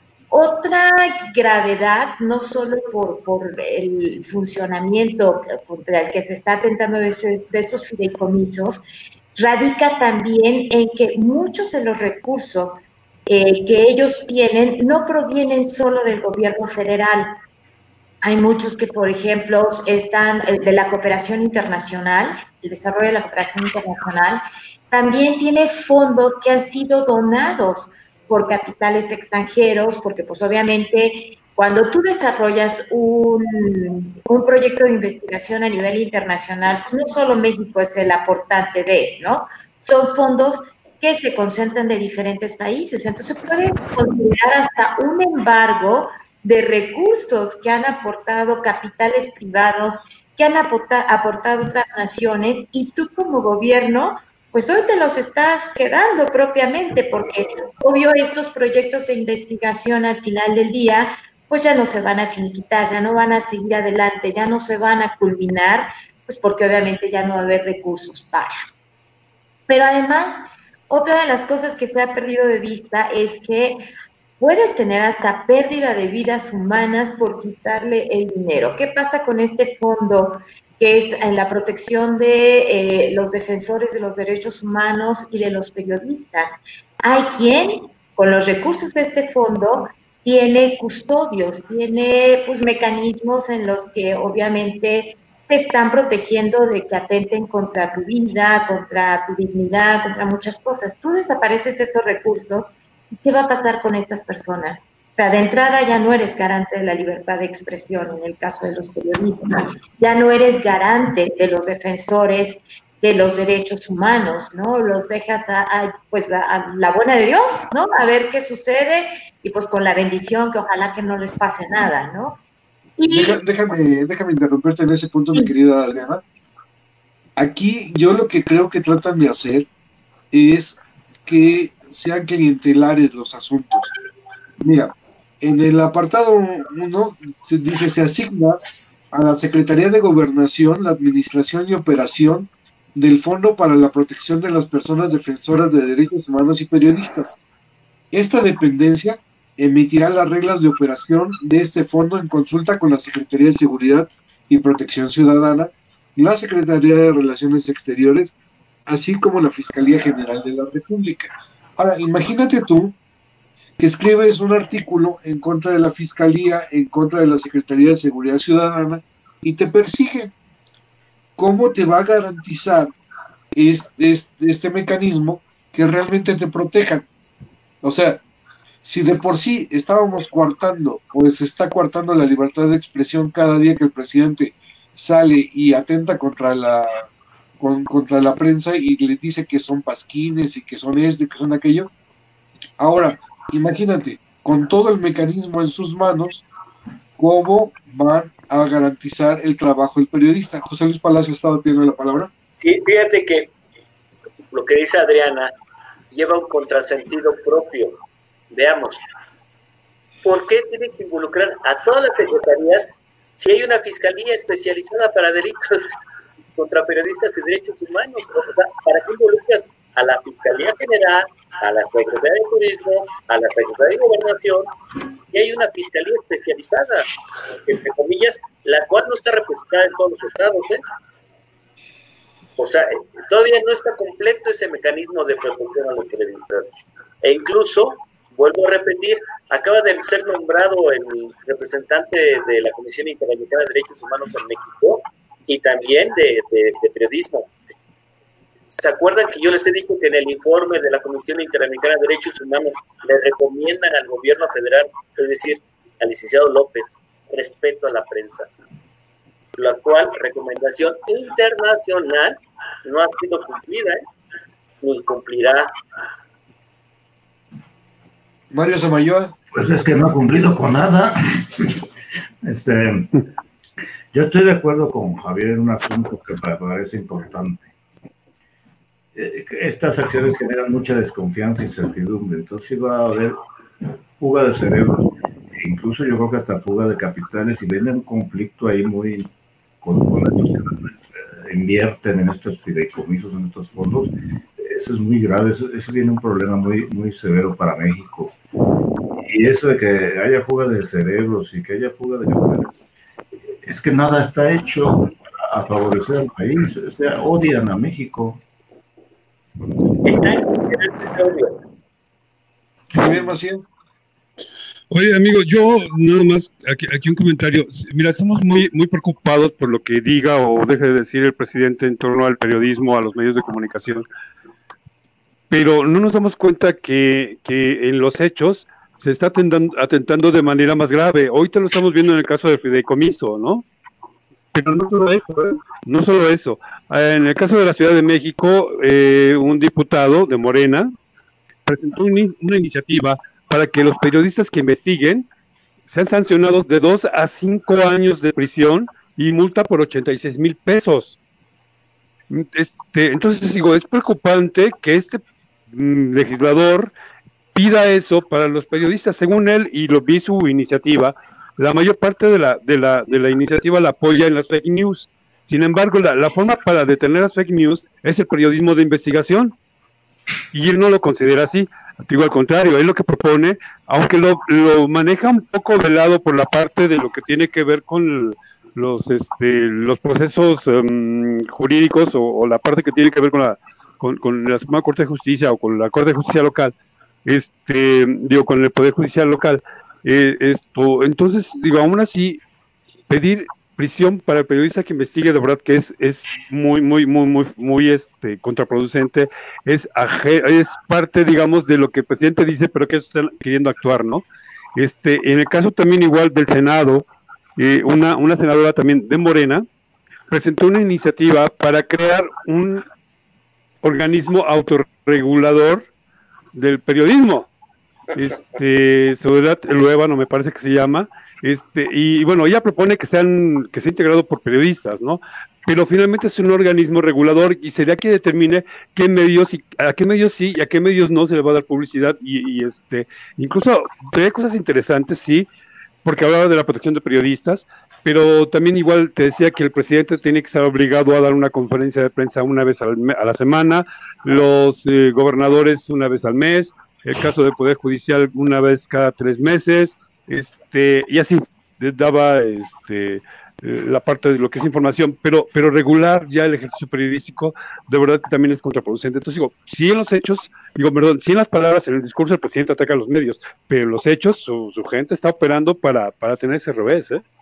Otra gravedad, no solo por, por el funcionamiento contra el que se está atentando de, este, de estos fideicomisos, radica también en que muchos de los recursos eh, que ellos tienen no provienen solo del gobierno federal. Hay muchos que, por ejemplo, están de la cooperación internacional, el desarrollo de la cooperación internacional, también tiene fondos que han sido donados por capitales extranjeros, porque pues obviamente cuando tú desarrollas un, un proyecto de investigación a nivel internacional, pues no solo México es el aportante de, ¿no? Son fondos que se concentran de diferentes países. Entonces puede considerar hasta un embargo de recursos que han aportado capitales privados, que han aporta, aportado otras naciones, y tú como gobierno, pues hoy te los estás quedando propiamente, porque obvio estos proyectos de investigación al final del día, pues ya no se van a finiquitar, ya no van a seguir adelante, ya no se van a culminar, pues porque obviamente ya no va a haber recursos para. Pero además, otra de las cosas que se ha perdido de vista es que puedes tener hasta pérdida de vidas humanas por quitarle el dinero. ¿Qué pasa con este fondo que es en la protección de eh, los defensores de los derechos humanos y de los periodistas? Hay quien, con los recursos de este fondo, tiene custodios, tiene pues mecanismos en los que obviamente te están protegiendo de que atenten contra tu vida, contra tu dignidad, contra muchas cosas. Tú desapareces estos recursos, ¿y qué va a pasar con estas personas? O sea, de entrada ya no eres garante de la libertad de expresión en el caso de los periodistas, ya no eres garante de los defensores de los derechos humanos, ¿no? Los dejas a, a pues a, a la buena de Dios, ¿no? A ver qué sucede y pues con la bendición que ojalá que no les pase nada, ¿no? Y... Deja, déjame, déjame interrumpirte en ese punto, sí. Mi querida Adriana. Aquí yo lo que creo que tratan de hacer es que sean clientelares los asuntos. Mira, en el apartado uno se dice, se asigna a la Secretaría de Gobernación la administración y operación del Fondo para la Protección de las Personas Defensoras de Derechos Humanos y Periodistas. Esta dependencia emitirá las reglas de operación de este fondo en consulta con la Secretaría de Seguridad y Protección Ciudadana, la Secretaría de Relaciones Exteriores, así como la Fiscalía General de la República. Ahora, imagínate tú que escribes un artículo en contra de la Fiscalía, en contra de la Secretaría de Seguridad Ciudadana, y te persigue. ¿Cómo te va a garantizar este, este, este mecanismo que realmente te protejan? O sea, si de por sí estábamos coartando, o se está coartando la libertad de expresión cada día que el presidente sale y atenta contra la, con, contra la prensa y le dice que son pasquines y que son esto y que son aquello, ahora, imagínate, con todo el mecanismo en sus manos, ¿cómo van a garantizar el trabajo del periodista? José Luis Palacio estaba pidiendo la palabra. Sí, fíjate que lo que dice Adriana lleva un contrasentido propio. Veamos, ¿por qué tiene que involucrar a todas las secretarías si hay una fiscalía especializada para delitos contra periodistas y derechos humanos? O sea, ¿para qué involucras a la Fiscalía General, a la Secretaría de Turismo, a la Secretaría de Gobernación, y hay una fiscalía especializada, entre comillas, la cual no está representada en todos los estados, ¿eh? O sea, todavía no está completo ese mecanismo de protección a los periodistas. E incluso, vuelvo a repetir, acaba de ser nombrado el representante de la Comisión Interamericana de Derechos Humanos en México y también de, de, de periodismo. ¿Se acuerdan que yo les he dicho que en el informe de la Comisión Interamericana de Derechos Humanos le recomiendan al gobierno federal, es decir, al licenciado López, respeto a la prensa? La cual recomendación internacional no ha sido cumplida, ¿eh? Ni cumplirá. Mario Samayoa. Pues es que no ha cumplido con nada. Este, yo estoy de acuerdo con Javier en un asunto que me parece importante. Estas acciones generan mucha desconfianza e incertidumbre, entonces sí va a haber fuga de cerebros, e incluso yo creo que hasta fuga de capitales, y viene un conflicto ahí muy con, con estos que invierten en estos fideicomisos, en estos fondos. Eso es muy grave, eso, eso viene un problema muy, muy severo para México, y eso de que haya fuga de cerebros y que haya fuga de capitales, es que nada está hecho a favorecer al país, o sea, odian a México. Está en el territorio. Javier Maciel. Oye, amigo, yo nada más, aquí, aquí un comentario. Mira, estamos muy, muy preocupados por lo que diga o deje de decir el presidente en torno al periodismo, a los medios de comunicación, pero no nos damos cuenta que, que en los hechos se está atentando, atentando de manera más grave. Hoy te lo estamos viendo en el caso del fideicomiso, ¿no? Pero no solo eso, ¿eh? No solo eso. En el caso de la Ciudad de México, eh, un diputado de Morena presentó una, una iniciativa para que los periodistas que investiguen sean sancionados de dos a cinco años de prisión y multa por ochenta y seis mil pesos. Este, entonces digo, es preocupante que este mm, legislador pida eso para los periodistas. Según él, y lo vi su iniciativa, la mayor parte de la, de la, de la iniciativa la apoya en las fake news. Sin embargo, la, la forma para detener las fake news es el periodismo de investigación, y él no lo considera así. Digo, al contrario, él lo que propone, aunque lo, lo maneja un poco de lado por la parte de lo que tiene que ver con los este, los procesos um, jurídicos o, o la parte que tiene que ver con la con, con la Suprema Corte de Justicia o con la Corte de Justicia local, este digo, con el Poder Judicial local, eh, esto, entonces, digo, aún así, pedir prisión para el periodista que investigue, de verdad que es, es muy, muy, muy, muy, muy este, contraproducente, es, es parte, digamos, de lo que el presidente dice, pero que están queriendo actuar, ¿no? Este, en el caso también igual del Senado, eh, una, una senadora también de Morena presentó una iniciativa para crear un organismo autorregulador del periodismo, este, Soledad Luevano me parece que se llama, este, y bueno, ella propone que sean, que sea integrado por periodistas, ¿no? Pero finalmente es un organismo regulador y sería que determine qué medios y a qué medios sí y a qué medios no se le va a dar publicidad y, y este, incluso hay cosas interesantes, sí, porque hablaba de la protección de periodistas, pero también igual te decía que el presidente tiene que estar obligado a dar una conferencia de prensa una vez al, a la semana, los eh, gobernadores una vez al mes, el caso del Poder Judicial una vez cada tres meses, este, y así daba este, la parte de lo que es información, pero, pero regular ya el ejercicio periodístico, de verdad que también es contraproducente. Entonces digo, sí en los hechos, digo, perdón, sí en las palabras, en el discurso el presidente ataca a los medios, pero en los hechos su, su gente está operando para, para tener ese revés, ¿eh?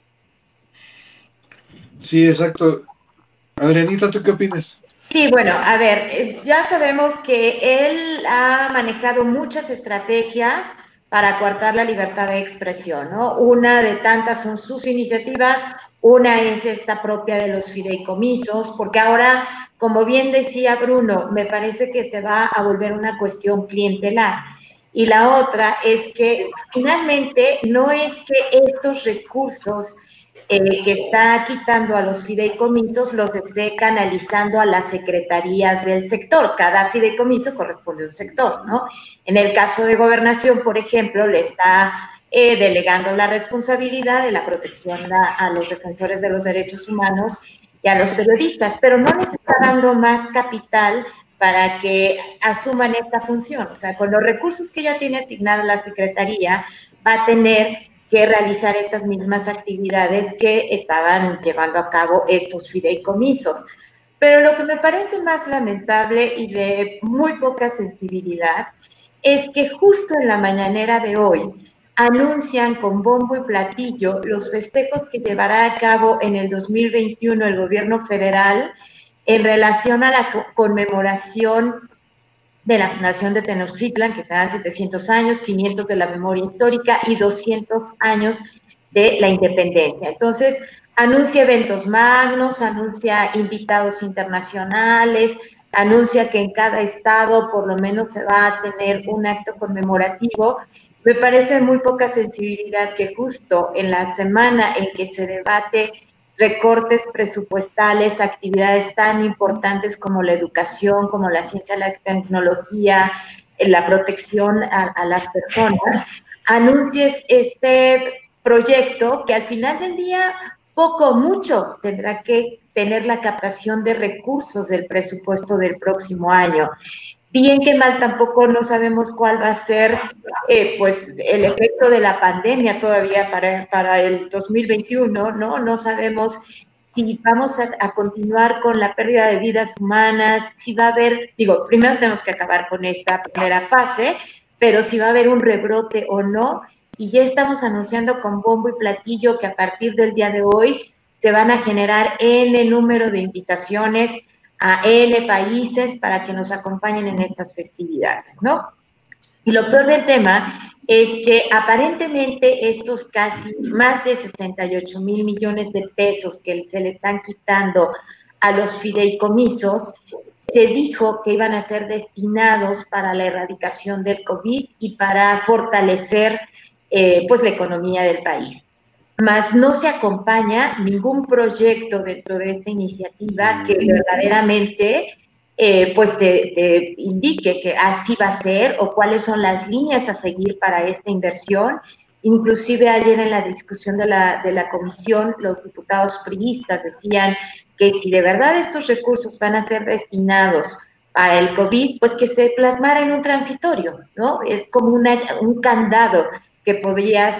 Sí, exacto. Adrianita, ¿tú qué opinas? Sí, bueno, a ver, ya sabemos que él ha manejado muchas estrategias para coartar la libertad de expresión, ¿no? Una de tantas son sus iniciativas, una es esta propia de los fideicomisos, porque ahora, como bien decía Bruno, me parece que se va a volver una cuestión clientelar. Y la otra es que finalmente no es que estos recursos Eh, que está quitando a los fideicomisos los esté canalizando a las secretarías del sector. Cada fideicomiso corresponde a un sector, ¿no? En el caso de Gobernación, por ejemplo, le está eh, delegando la responsabilidad de la protección a, a los defensores de los derechos humanos y a los periodistas, pero no les está dando más capital para que asuman esta función. O sea, con los recursos que ya tiene asignada la Secretaría, va a tener que realizar estas mismas actividades que estaban llevando a cabo estos fideicomisos. Pero lo que me parece más lamentable y de muy poca sensibilidad es que justo en la mañanera de hoy anuncian con bombo y platillo los festejos que llevará a cabo en el dos mil veintiuno el gobierno federal en relación a la conmemoración de la fundación de Tenochtitlan, que serán setecientos años, quinientos de la memoria histórica y doscientos años de la independencia. Entonces, anuncia eventos magnos, anuncia invitados internacionales, anuncia que en cada estado por lo menos se va a tener un acto conmemorativo. Me parece muy poca sensibilidad que justo en la semana en que se debate recortes presupuestales, actividades tan importantes como la educación, como la ciencia, la tecnología, la protección a, a las personas, anuncies este proyecto que al final del día poco o mucho tendrá que tener la captación de recursos del presupuesto del próximo año. Bien que mal tampoco no sabemos cuál va a ser eh, pues el efecto de la pandemia todavía para, para el dos mil veintiuno, ¿no? No sabemos si vamos a, a continuar con la pérdida de vidas humanas, si va a haber, digo, primero tenemos que acabar con esta primera fase, pero si va a haber un rebrote o no, y ya estamos anunciando con bombo y platillo que a partir del día de hoy se van a generar N número de invitaciones a N países para que nos acompañen en estas festividades, ¿no? Y lo peor del tema es que aparentemente estos casi más de sesenta y ocho mil millones de pesos que se le están quitando a los fideicomisos, se dijo que iban a ser destinados para la erradicación del COVID y para fortalecer eh, pues la economía del país. Mas no se acompaña ningún proyecto dentro de esta iniciativa que verdaderamente eh, pues te, te indique que así va a ser o cuáles son las líneas a seguir para esta inversión. Inclusive ayer en la discusión de la, de la comisión, los diputados priistas decían que si de verdad estos recursos van a ser destinados para el COVID, pues que se plasmara en un transitorio, ¿no? Es como una, un candado que podrías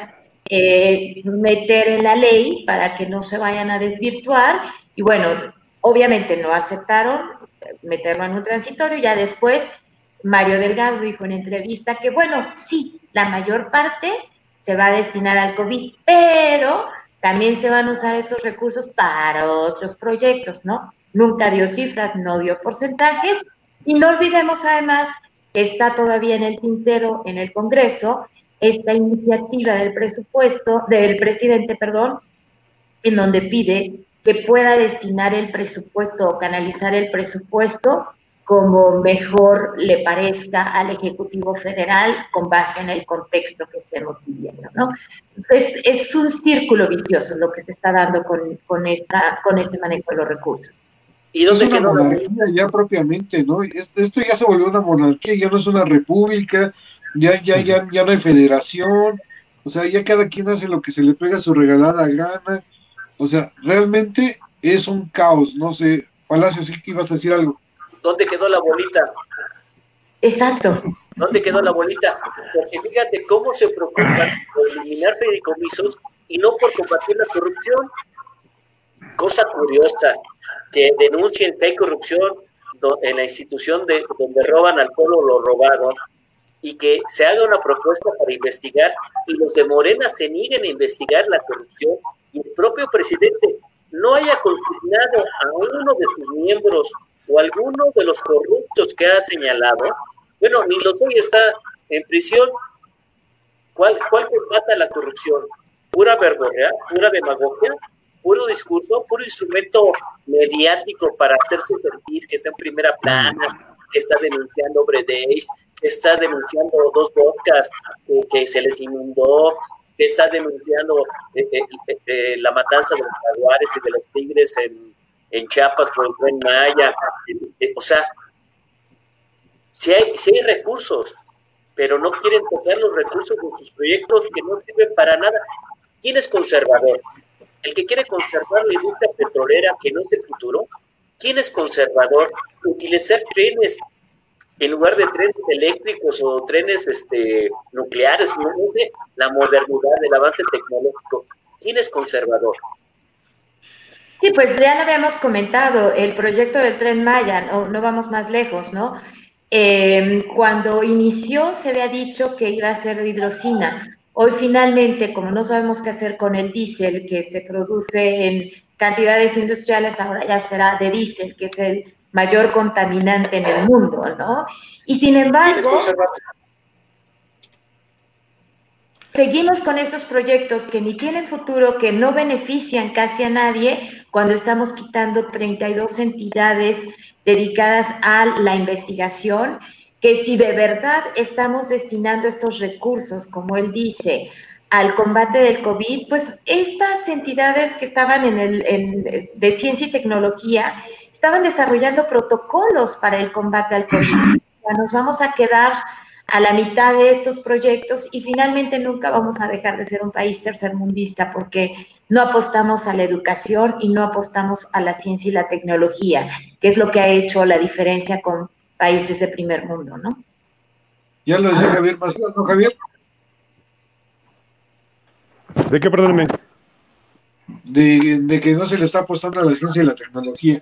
eh, meter en la ley para que no se vayan a desvirtuar, y bueno, obviamente no aceptaron meterlo en un transitorio. Ya después Mario Delgado dijo en entrevista que bueno, sí, la mayor parte se va a destinar al COVID, pero también se van a usar esos recursos para otros proyectos, ¿no? Nunca dio cifras, no dio porcentajes, y no olvidemos además que está todavía en el tintero en el Congreso esta iniciativa del presupuesto, del presidente, perdón, en donde pide que pueda destinar el presupuesto o canalizar el presupuesto como mejor le parezca al Ejecutivo Federal con base en el contexto que estemos viviendo, ¿no? Es, es un círculo vicioso lo que se está dando con, con, esta, con este manejo de los recursos. ¿Y dónde es una quedó monarquía ya propiamente, ¿no? Esto, esto ya se volvió una monarquía, ya no es una república, ya, ya, ya, ya no hay federación, o sea, ya cada quien hace lo que se le pega a su regalada gana, o sea, realmente es un caos, no sé. Palacio, sí que ibas a decir algo. ¿Dónde quedó la bolita? Exacto. ¿Dónde quedó la bolita? Porque fíjate cómo se preocupan por eliminar fideicomisos y no por combatir la corrupción. Cosa curiosa, que denuncien que hay corrupción en la institución de donde roban al pueblo lo robado, y que se haga una propuesta para investigar y los de Morena se nieguen a investigar la corrupción, y el propio presidente no haya consignado a uno de sus miembros o alguno de los corruptos que ha señalado. Bueno, ni los hoy está en prisión. ¿Cuál, cuál combata la corrupción? ¿Pura verborrea? ¿Pura demagogia? ¿Puro discurso? ¿Puro instrumento mediático para hacerse sentir que está en primera plana, que está denunciando Bredeis, que está denunciando dos bocas, eh, que se les inundó, que está denunciando eh, eh, eh, eh, la matanza de los jaguares y de los tigres en, en Chiapas por el Tren Maya? Eh, eh, o sea, sí hay, sí hay recursos, pero no quieren tocar los recursos de sus proyectos que no sirven para nada. ¿Quién es conservador? ¿El que quiere conservar la industria petrolera que no es el futuro? ¿Quién es conservador? Utilizar trenes en lugar de trenes eléctricos o trenes este, nucleares, no sé, la modernidad, el avance tecnológico. ¿Quién es conservador? Sí, pues ya lo habíamos comentado, el proyecto del Tren Maya, no, no vamos más lejos, ¿no? Eh, cuando inició se había dicho que iba a ser de hidrocina. Hoy finalmente, como no sabemos qué hacer con el diésel que se produce en cantidades industriales, ahora ya será de diésel, que es el mayor contaminante en el mundo, ¿no? Y sin embargo, seguimos con esos proyectos que ni tienen futuro, que no benefician casi a nadie, cuando estamos quitando treinta y dos entidades dedicadas a la investigación, que si de verdad estamos destinando estos recursos, como él dice, al combate del COVID, pues estas entidades que estaban en el en, de ciencia y tecnología estaban desarrollando protocolos para el combate al COVID. O sea, nos vamos a quedar a la mitad de estos proyectos y finalmente nunca vamos a dejar de ser un país tercermundista porque no apostamos a la educación y no apostamos a la ciencia y la tecnología, que es lo que ha hecho la diferencia con países de primer mundo, ¿no? Ya lo decía Javier Macías, ¿no, Javier? ¿De qué, perdóneme? De, de que no se le está apostando a la ciencia y la tecnología.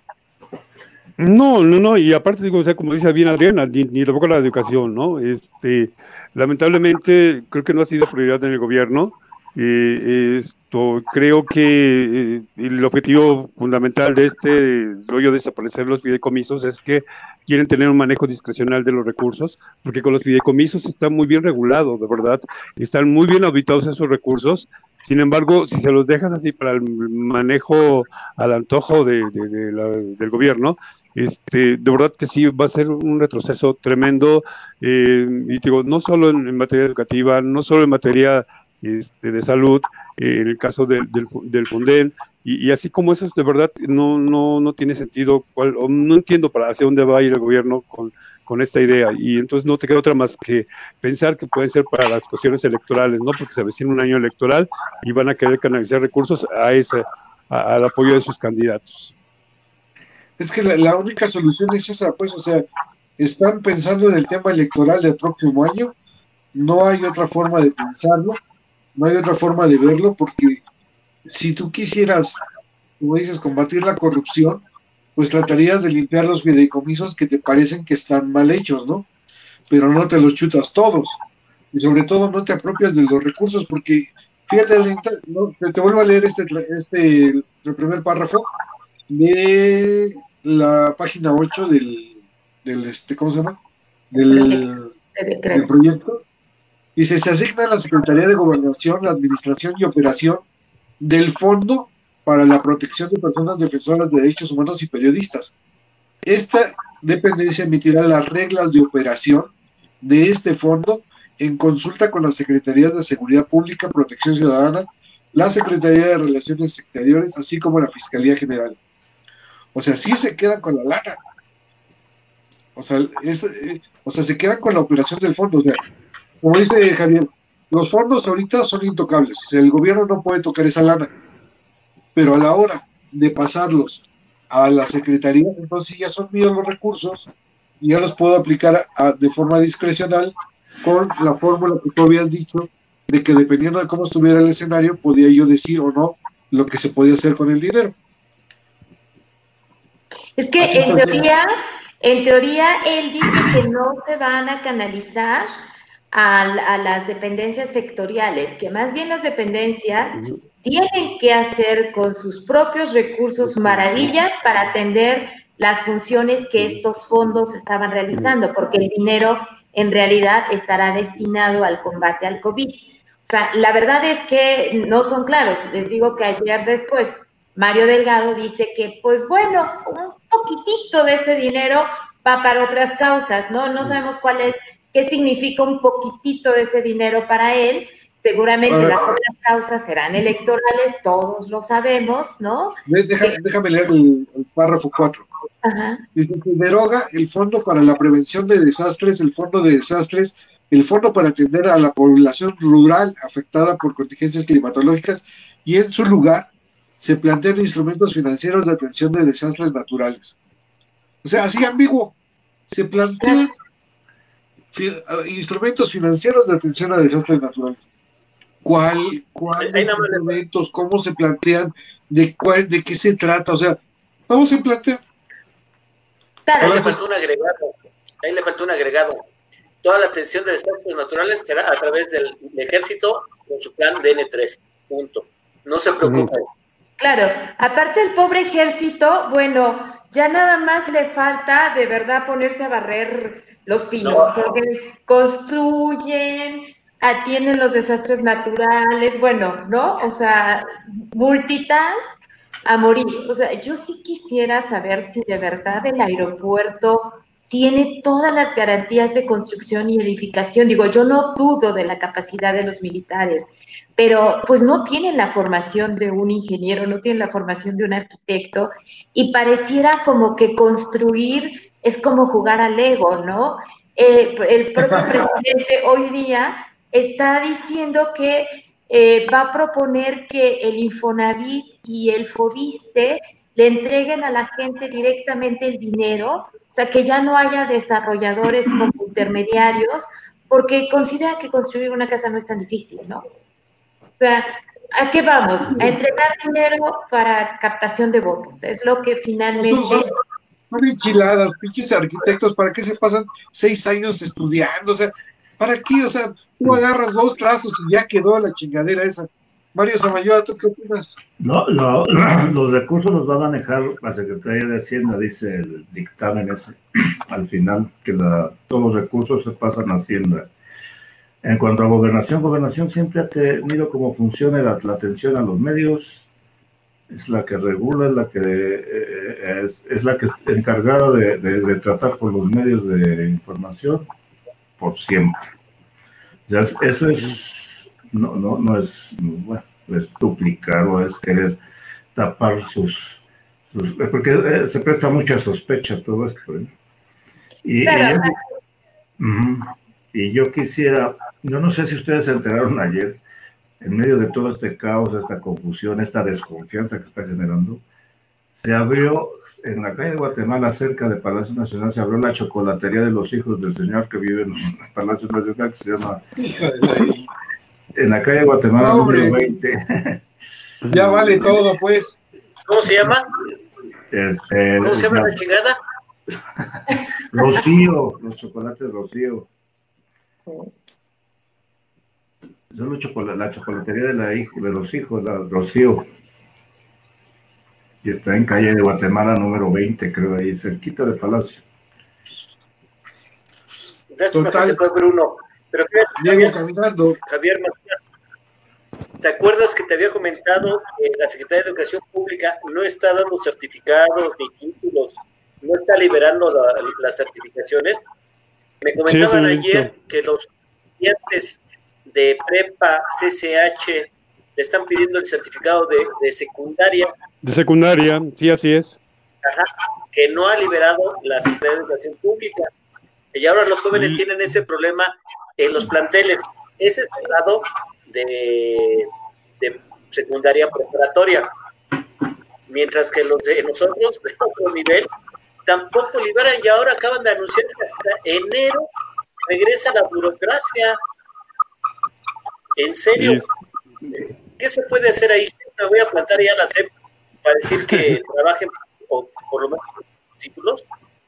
No, no, no, y aparte, digo, o sea, como dice bien Adriana, ni, ni tampoco la educación, ¿no? Este, lamentablemente creo que no ha sido prioridad en el gobierno. Eh, esto, creo que eh, el objetivo fundamental de este rollo de desaparecer los fideicomisos es que quieren tener un manejo discrecional de los recursos, porque con los fideicomisos está muy bien regulado, de verdad, están muy bien auditados esos recursos. Sin embargo, si se los dejas así para el manejo al antojo de, de, de la, del gobierno, Este, de verdad que sí, va a ser un retroceso tremendo, eh, y digo, no solo en, en materia educativa, no solo en materia este, de salud, eh, en el caso del, del, del Fonden, y, y así como eso, de verdad, no, no, no tiene sentido, cuál, o no entiendo para hacia dónde va a ir el gobierno con, con esta idea, y entonces no te queda otra más que pensar que pueden ser para las cuestiones electorales, ¿no? Porque se avecina un año electoral y van a querer canalizar recursos a ese, a, al apoyo de sus candidatos. Es que la, la única solución es esa, pues, o sea, están pensando en el tema electoral del próximo año, no hay otra forma de pensarlo, no hay otra forma de verlo, porque si tú quisieras, como dices, combatir la corrupción, pues tratarías de limpiar los fideicomisos que te parecen que están mal hechos, ¿no? Pero no te los chutas todos, y sobre todo no te apropias de los recursos, porque, fíjate, no, te, te vuelvo a leer este, este el primer párrafo de la página ocho del, del este, ¿cómo se llama? Del, del proyecto. Dice, se asigna a la Secretaría de Gobernación, la Administración y Operación del Fondo para la Protección de Personas Defensoras de Derechos Humanos y Periodistas. Esta dependencia emitirá las reglas de operación de este fondo en consulta con las Secretarías de Seguridad Pública, Protección Ciudadana, la Secretaría de Relaciones Exteriores, así como la Fiscalía General. O sea, sí se quedan con la lana. O sea, es, eh, o sea, se quedan con la operación del fondo. O sea, como dice Javier, los fondos ahorita son intocables. O sea, el gobierno no puede tocar esa lana. Pero a la hora de pasarlos a las secretarías, entonces ya son míos los recursos y ya los puedo aplicar a, a, de forma discrecional con la fórmula que tú habías dicho, de que dependiendo de cómo estuviera el escenario, podía yo decir o no lo que se podía hacer con el dinero. Es que en teoría, en teoría él dice que no se van a canalizar a, a las dependencias sectoriales, que más bien las dependencias tienen que hacer con sus propios recursos maravillas para atender las funciones que estos fondos estaban realizando, porque el dinero en realidad estará destinado al combate al COVID. O sea, la verdad es que no son claros. Les digo que ayer después Mario Delgado dice que, pues bueno, un poquitito de ese dinero va para otras causas, ¿no? No sabemos cuál es, qué significa un poquitito de ese dinero para él. Seguramente las otras causas serán electorales, todos lo sabemos, ¿no? Déjame, déjame leer el, el párrafo cuatro. Ajá. Dice, se deroga el Fondo para la Prevención de Desastres, el Fondo de Desastres, el Fondo para atender a la población rural afectada por contingencias climatológicas, y en su lugar se plantean instrumentos financieros de atención de desastres naturales. O sea, así ambiguo. Se plantean fi instrumentos financieros de atención a desastres naturales. ¿Cuál, cuál instrumentos? ¿Cómo se plantean? ¿De, cuál, ¿De qué se trata? O sea, vamos a plantear. Ahí le faltó un agregado. Ahí le faltó un agregado. Toda la atención de desastres naturales será a través del ejército con su plan D N tres. Punto. No se preocupen. Claro, aparte el pobre ejército, bueno, ya nada más le falta de verdad ponerse a barrer los pinos, no. Porque construyen, atienden los desastres naturales, bueno, ¿no? O sea, multitask a morir. O sea, yo sí quisiera saber si de verdad el aeropuerto tiene todas las garantías de construcción y edificación. Digo, yo no dudo de la capacidad de los militares, pero pues no tienen la formación de un ingeniero, no tienen la formación de un arquitecto, y pareciera como que construir es como jugar al Lego, ¿no? Eh, el propio presidente hoy día está diciendo que eh, va a proponer que el Infonavit y el Fobiste le entreguen a la gente directamente el dinero, o sea, que ya no haya desarrolladores como intermediarios, porque considera que construir una casa no es tan difícil, ¿no? O sea, ¿a qué vamos? A entregar dinero para captación de votos. Es lo que finalmente... Son, son enchiladas, pinches arquitectos, ¿para qué se pasan seis años estudiando? O sea, ¿Para qué? O sea, tú agarras dos trazos y ya quedó la chingadera esa. Mario Samayoa, ¿tú qué opinas? No, no, los recursos los va a manejar la Secretaría de Hacienda, dice el dictamen ese, al final, que la, todos los recursos se pasan a Hacienda. En cuanto a gobernación, gobernación siempre ha tenido como funciona la, la atención a los medios, es la que regula, es la que eh, es, es la que es encargada de, de, de tratar con los medios de información por siempre. Ya es, eso es, no, no, no es, bueno, es duplicar o es querer tapar sus, sus porque eh, se presta mucha sospecha todo esto, ¿eh? Y, Pero, y, uh, y yo quisiera, yo no sé si ustedes se enteraron ayer, en medio de todo este caos, esta confusión, esta desconfianza que está generando, se abrió en la calle de Guatemala, cerca de Palacio Nacional, se abrió la chocolatería de los hijos del señor que vive en el Palacio Nacional, que se llama, en la calle de Guatemala, no, número veinte. Ya vale todo, pues. ¿Cómo se llama? Este, ¿Cómo se llama la chingada? Rocío, los chocolates Rocío. Son los chocolate, la chocolatería de, la hijo, de los hijos, la Rocío. Y está en calle de Guatemala número veinte, creo, ahí cerquita del Palacio. Total. Bruno. Pero Llego caminando. Javier, ¿te acuerdas que te había comentado que la Secretaría de Educación Pública no está dando certificados ni títulos, no está liberando la, las certificaciones? Me comentaban sí, sí, ayer sí. que los estudiantes de prepa, C C H, le están pidiendo el certificado de, de secundaria. De secundaria, sí, así es. Ajá, que no ha liberado la Secretaría de Educación Pública. Y ahora los jóvenes sí. tienen ese problema en los planteles. Ese es el lado de, de secundaria preparatoria. Mientras que los de nosotros, de otro nivel, tampoco liberan y ahora acaban de anunciar que hasta enero regresa la burocracia. ¿En serio? Sí. ¿Qué se puede hacer ahí? Me voy a plantar ya la C E P para decir que trabajen o por lo menos los títulos.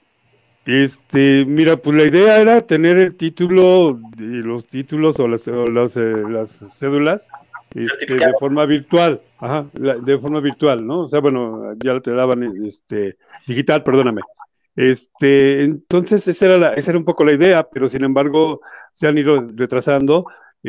Este, mira, pues la idea era tener el título, los títulos o las, o las, eh, las cédulas este, de forma virtual, ajá, la, de forma virtual, ¿no? O sea, bueno, ya te daban este, digital, perdóname. Este, entonces esa era, la, esa era un poco la idea, pero sin embargo se han ido retrasando.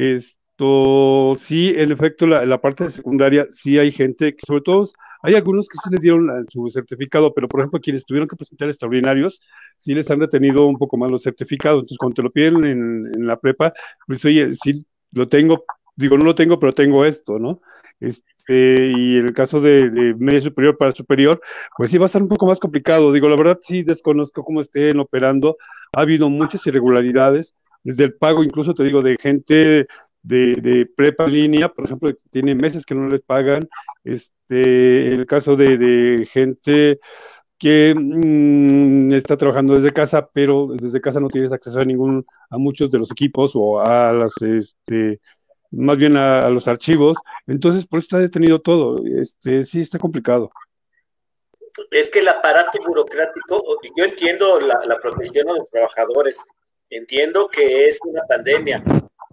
Esto, sí, en efecto, la, la parte de secundaria, sí hay gente, que sobre todo, hay algunos que sí les dieron su certificado, pero por ejemplo, quienes tuvieron que presentar extraordinarios, sí les han retenido un poco más los certificados. Entonces, cuando te lo piden en, en la prepa, pues oye, sí lo tengo, digo, no lo tengo, pero tengo esto, ¿no? Este, y en el caso de, de media superior para superior, pues sí va a estar un poco más complicado. Digo, la verdad sí desconozco cómo estén operando. Ha habido muchas irregularidades, desde el pago, incluso te digo, de gente de, de prepa en línea, por ejemplo, que tiene meses que no les pagan. Este, en el caso de, de gente que mmm, está trabajando desde casa, pero desde casa no tienes acceso a ningún, a muchos de los equipos o a las, este, más bien a, a los archivos. Entonces, por eso está detenido todo. Este, sí está complicado. Es que el aparato burocrático, yo entiendo la, la protección de los trabajadores, entiendo que es una pandemia,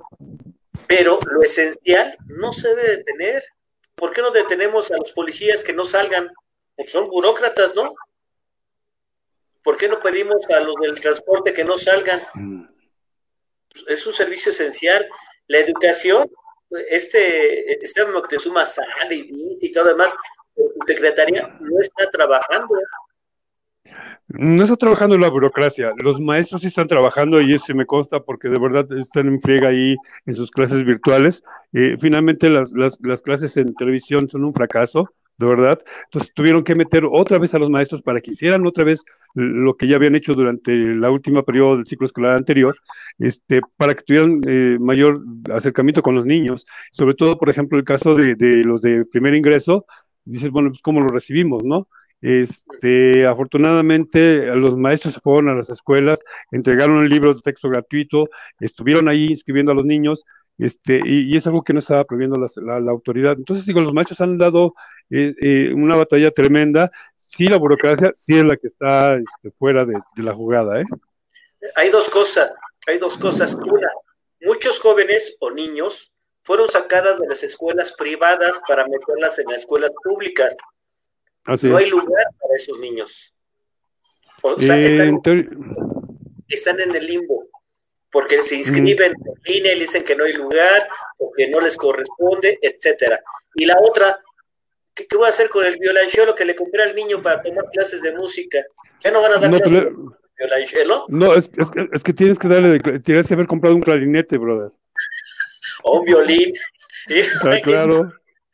pero lo esencial no se debe detener. ¿Por qué no detenemos a los policías que no salgan? Pues son burócratas, ¿no? ¿Por qué no pedimos a los del transporte que no salgan? Pues es un servicio esencial. La educación, este Esteban Moctezuma sale y dice y todo lo demás, pero su secretaría no está trabajando. No está trabajando la burocracia, los maestros sí están trabajando y eso me consta porque de verdad están en friega ahí en sus clases virtuales. Eh, finalmente las, las, las clases en televisión son un fracaso, de verdad. Entonces tuvieron que meter otra vez a los maestros para que hicieran otra vez lo que ya habían hecho durante la última periodo del ciclo escolar anterior, este, para que tuvieran eh, mayor acercamiento con los niños. Sobre todo, por ejemplo, el caso de, de los de primer ingreso, dices, bueno, pues cómo lo recibimos, ¿no? Este, afortunadamente los maestros se fueron a las escuelas, entregaron libros de texto gratuito, estuvieron ahí inscribiendo a los niños, este, y, y es algo que no estaba previendo la, la, la autoridad. Entonces digo, los maestros han dado eh, eh, una batalla tremenda. Sí, la burocracia sí es la que está este, fuera de, de la jugada, ¿eh? Hay dos cosas, hay dos cosas. Una, muchos jóvenes o niños fueron sacadas de las escuelas privadas para meterlas en las escuelas públicas. Así no es. hay lugar para esos niños. O sea, Eh, están, entonces, están en el limbo, porque se inscriben mm. en línea y dicen que no hay lugar, o que no les corresponde, etcétera. Y la otra, ¿qué, qué voy a hacer con el violonchelo que le compré al niño para tomar clases de música? ¿Ya no van a dar No, clases le... de violonchelo? no es, es, es que tienes que darle, de... tienes que haber comprado un clarinete, brother. O un violín. Ah, claro.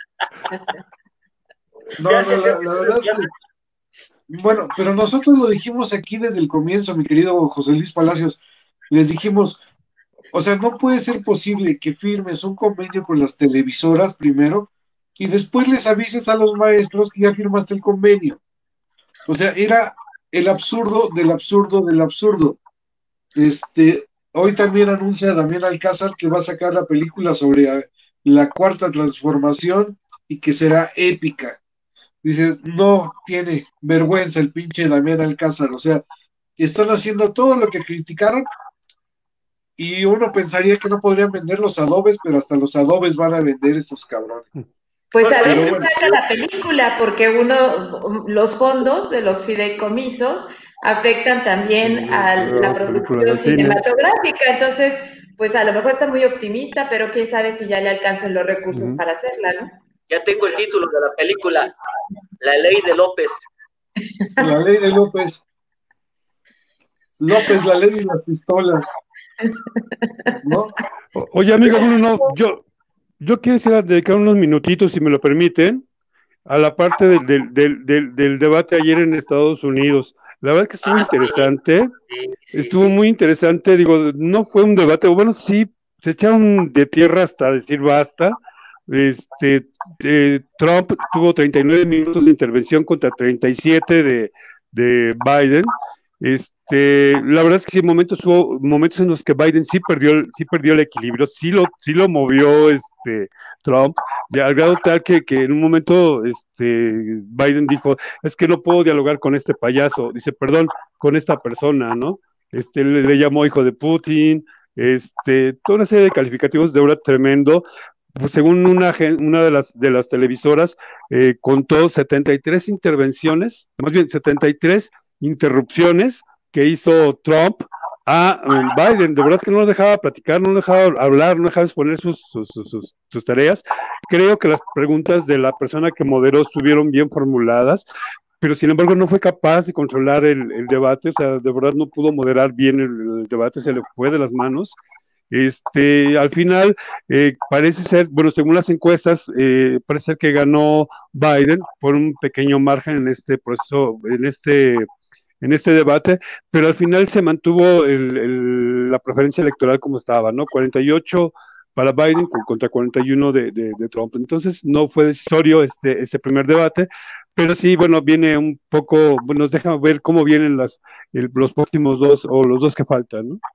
No, no, la, la verdad es que, bueno, pero nosotros lo dijimos aquí desde el comienzo, mi querido José Luis Palacios, les dijimos, o sea, no puede ser posible que firmes un convenio con las televisoras primero y después les avises a los maestros que ya firmaste el convenio. O sea, era el absurdo del absurdo del absurdo. Este, hoy también anuncia Damián Alcázar que va a sacar la película sobre la cuarta transformación y que será épica. Dices, no tiene vergüenza el pinche Damián Alcázar, o sea, están haciendo todo lo que criticaron y uno pensaría que no podrían vender los adobes, pero hasta los adobes van a vender estos cabrones. Pues a ver si bueno. saca la película, porque uno, los fondos de los fideicomisos afectan también Sí, a la no, producción cinematográfica, entonces, pues a lo mejor está muy optimista, pero quién sabe si ya le alcancen los recursos uh-huh. para hacerla, ¿no? Ya tengo el título de la película, La Ley de López. La Ley de López. López, la ley de las pistolas. ¿No? O, oye, amigo, no, no, yo, yo quisiera dedicar unos minutitos, si me lo permiten, a la parte del, del, del, del, del debate ayer en Estados Unidos. La verdad es que estuvo ah, interesante, sí, sí, estuvo sí. muy interesante, digo, no fue un debate, bueno, sí, se echaron de tierra hasta decir basta. Este, eh, Trump tuvo treinta y nueve minutos de intervención contra treinta y siete de, de Biden. Este, la verdad es que sí, momentos hubo momentos en los que Biden sí perdió, sí perdió el equilibrio, sí lo, sí lo movió este Trump, ya, al grado tal que, que en un momento este Biden dijo, es que no puedo dialogar con este payaso, dice, perdón, con esta persona, ¿no? Este, le, le llamó hijo de Putin, este, toda una serie de calificativos de verdad tremendo. Pues según una, una de las de las televisoras, eh, contó setenta y tres intervenciones, más bien setenta y tres interrupciones que hizo Trump a um, Biden. De verdad que no lo dejaba platicar, no lo dejaba hablar, no dejaba exponer sus, sus, sus, sus tareas. Creo que las preguntas de la persona que moderó estuvieron bien formuladas, pero sin embargo no fue capaz de controlar el, el debate, o sea, de verdad no pudo moderar bien el, el debate, se le fue de las manos. Este, al final, eh, parece ser, bueno, según las encuestas, eh, parece ser que ganó Biden por un pequeño margen en este proceso, en este, en este debate, pero al final se mantuvo el, el, la preferencia electoral como estaba, ¿no? cuarenta y ocho para Biden contra cuarenta y uno de, de, de Trump. Entonces, no fue decisorio este, este primer debate, pero sí, bueno, viene un poco, bueno, nos deja ver cómo vienen las, el, los próximos dos o los dos que faltan, ¿no?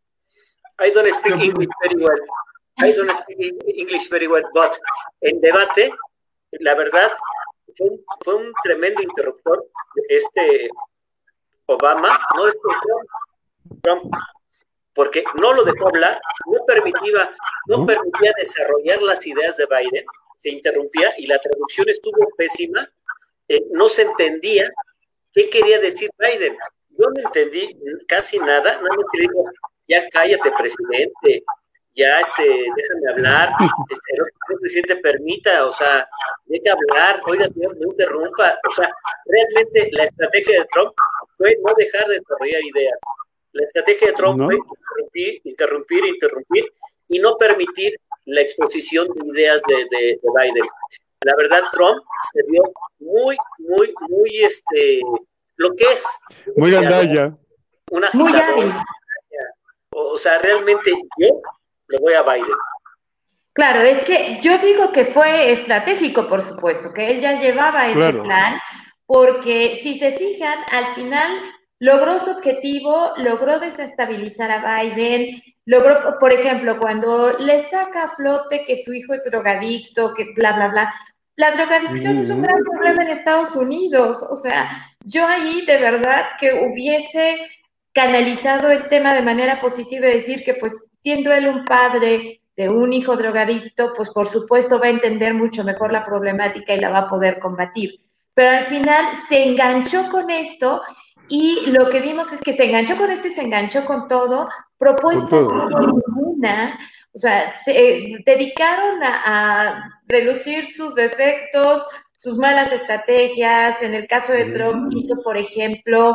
I don't speak English very well. I don't speak English very well, but en debate, la verdad, fue un, fue un tremendo interruptor este Obama, no este Trump, Trump, porque no lo dejó hablar, no permitía, no permitía desarrollar las ideas de Biden, se interrumpía y la traducción estuvo pésima, eh, no se entendía qué quería decir Biden. Yo no entendí casi nada, nada más que dijo, ya cállate, presidente, ya este, déjame hablar, este, el presidente permita, o sea, deje hablar, oiga, señor, no interrumpa, o sea, realmente la estrategia de Trump fue no dejar de desarrollar ideas, la estrategia de Trump ¿No? fue interrumpir, interrumpir, interrumpir, y no permitir la exposición de ideas de, de, de Biden. La verdad, Trump se vio muy, muy, muy, este, lo que es. Muy gandalla. Una agitadora. O sea, realmente yo le voy a Biden. Claro, es que yo digo que fue estratégico, por supuesto, que él ya llevaba ese claro. plan, porque si se fijan, al final logró su objetivo, logró desestabilizar a Biden, logró, por ejemplo, cuando le saca a flote que su hijo es drogadicto, que bla, bla, bla, la drogadicción mm. es un gran problema en Estados Unidos, o sea, yo ahí de verdad que hubiese canalizado el tema de manera positiva y decir que pues siendo él un padre de un hijo drogadicto, pues por supuesto va a entender mucho mejor la problemática y la va a poder combatir. Pero al final se enganchó con esto y lo que vimos es que se enganchó con esto y se enganchó con todo, propuestas no ninguna, o sea, se eh, dedicaron a, a relucir sus defectos, sus malas estrategias. En el caso de Trump hizo, por ejemplo,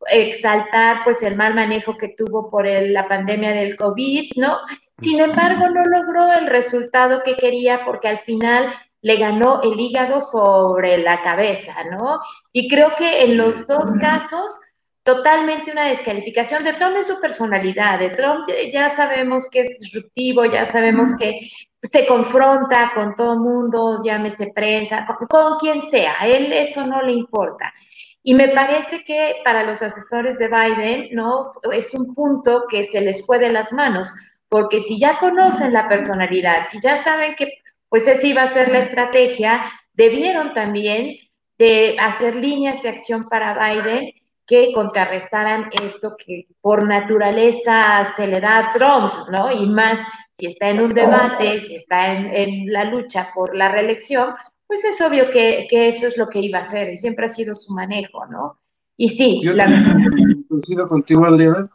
exaltar pues el mal manejo que tuvo por el, la pandemia del COVID, ¿no? Sin embargo, no logró el resultado que quería porque al final le ganó el hígado sobre la cabeza, ¿no? Y creo que en los dos casos, totalmente una descalificación de Trump en su personalidad. De Trump ya sabemos que es disruptivo, ya sabemos que se confronta con todo el mundo, llámese prensa, con, con quien sea, a él eso no le importa. Y me parece que para los asesores de Biden, ¿no? Es un punto que se les fue de las manos, porque si ya conocen la personalidad, si ya saben que pues esa iba a ser la estrategia, debieron también de hacer líneas de acción para Biden que contrarrestaran esto que por naturaleza se le da a Trump, ¿no? Y más si está en un debate, si está en, en la lucha por la reelección, pues es obvio que, que eso es lo que iba a hacer y siempre ha sido su manejo, ¿no? Y sí, yo la coincido contigo, Adriana,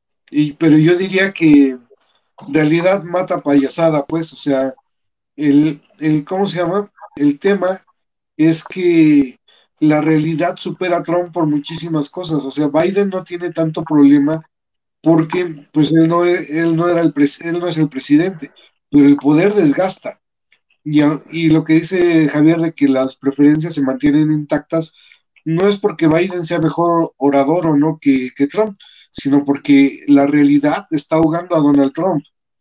y, pero yo diría que realidad mata payasada, pues, o sea, el, el, ¿cómo se llama? El tema es que la realidad supera a Trump por muchísimas cosas, o sea, Biden no tiene tanto problema porque, pues, él no, él no, era el pres, él no es el presidente, pero el poder desgasta. Y, y lo que dice Javier de que las preferencias se mantienen intactas, no es porque Biden sea mejor orador o no que, que Trump, sino porque la realidad está ahogando a Donald Trump.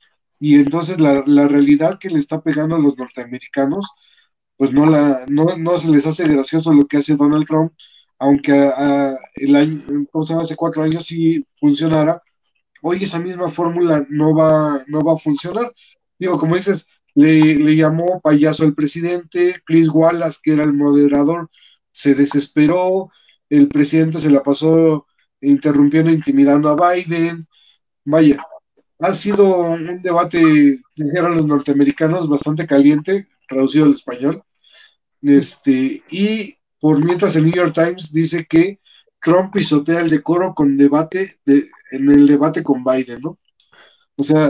Y entonces la, la realidad que le está pegando a los norteamericanos, pues no, la, no, no se les hace gracioso lo que hace Donald Trump, aunque a, a el año, ¿cómo se llama? Hace cuatro años sí funcionara, hoy esa misma fórmula no va, no va a funcionar. Digo, como dices, le, le llamó payaso al presidente, Chris Wallace, que era el moderador, se desesperó, el presidente se la pasó interrumpiendo, intimidando a Biden. Vaya, ha sido un debate, dijeron los norteamericanos, bastante caliente, traducido al español. Este, y por mientras el New York Times dice que Trump pisotea el decoro con debate de, en el debate con Biden, ¿no? O sea,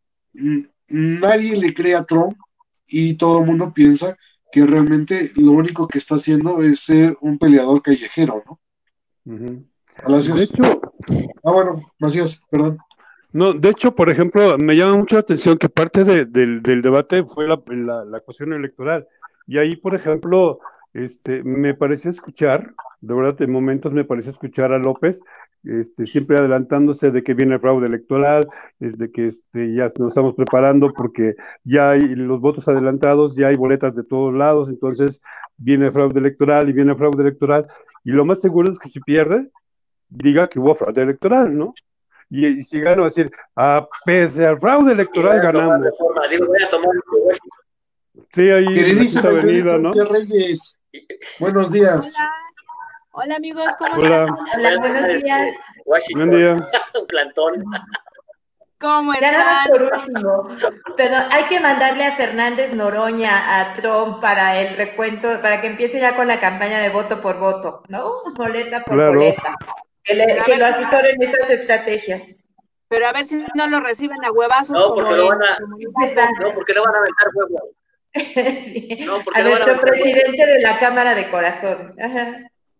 nadie le cree a Trump y todo el mundo piensa que realmente lo único que está haciendo es ser un peleador callejero, ¿no? Uh-huh. Palacios. De hecho, ah, bueno, Macías, perdón. No, de hecho, por ejemplo, me llama mucho la atención que parte de, de, del debate fue la, la, la cuestión electoral. Y ahí, por ejemplo, este, me pareció escuchar, de verdad, en momentos me pareció escuchar a López, este, siempre adelantándose de que viene el fraude electoral, es de que este, ya nos estamos preparando porque ya hay los votos adelantados, ya hay boletas de todos lados, entonces viene el fraude electoral y viene el fraude electoral. Y lo más seguro es que si pierde, diga que hubo fraude electoral, ¿no? Y, y si gano, a decir, a pese al fraude electoral ganamos. Reforma, digo, voy a tomar sí, ahí Queridísima Avenida, ¿no? Reyes, buenos días. Hola, hola amigos, ¿cómo Hola. están? Hola, buenos días. Washington. Buen día. Un plantón. ¿Cómo Ya nada están? por último, pero hay que mandarle a Fernández Noroña a Trump para el recuento, para que empiece ya con la campaña de voto por voto, ¿no? Boleta por Claro. boleta. Que, le, que lo asesoren esas estrategias. Pero a ver si no lo reciben a huevazos. No, como porque lo en- van a, como en- no, porque le van a aventar huevo. Sí. No, porque A le van a nuestro aventar huevo. presidente de la Cámara de Corazón. Ajá.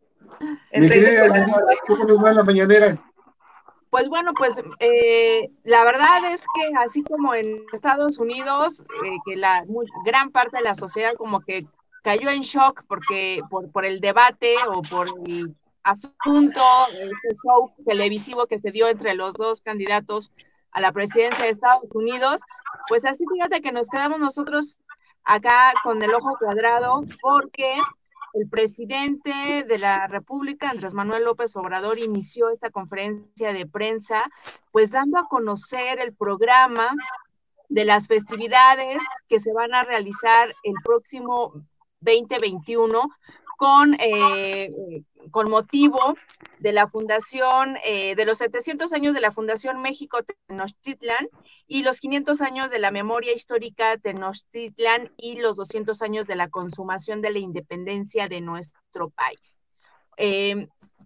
El Mi rey de querida, corazones. ¿cómo nos va en la mañanera? Pues bueno, pues eh, la verdad es que así como en Estados Unidos, eh, que la muy, gran parte de la sociedad como que cayó en shock porque por, por el debate o por el asunto, este show televisivo que se dio entre los dos candidatos a la presidencia de Estados Unidos, pues así fíjate que nos quedamos nosotros acá con el ojo cuadrado porque el presidente de la República, Andrés Manuel López Obrador, inició esta conferencia de prensa, pues dando a conocer el programa de las festividades que se van a realizar el próximo veinte veintiuno con, eh, con motivo de la Fundación, eh, de los setecientos años de la Fundación México Tenochtitlan y los quinientos años de la memoria histórica Tenochtitlan y los doscientos años de la consumación de la independencia de nuestro país. Eh,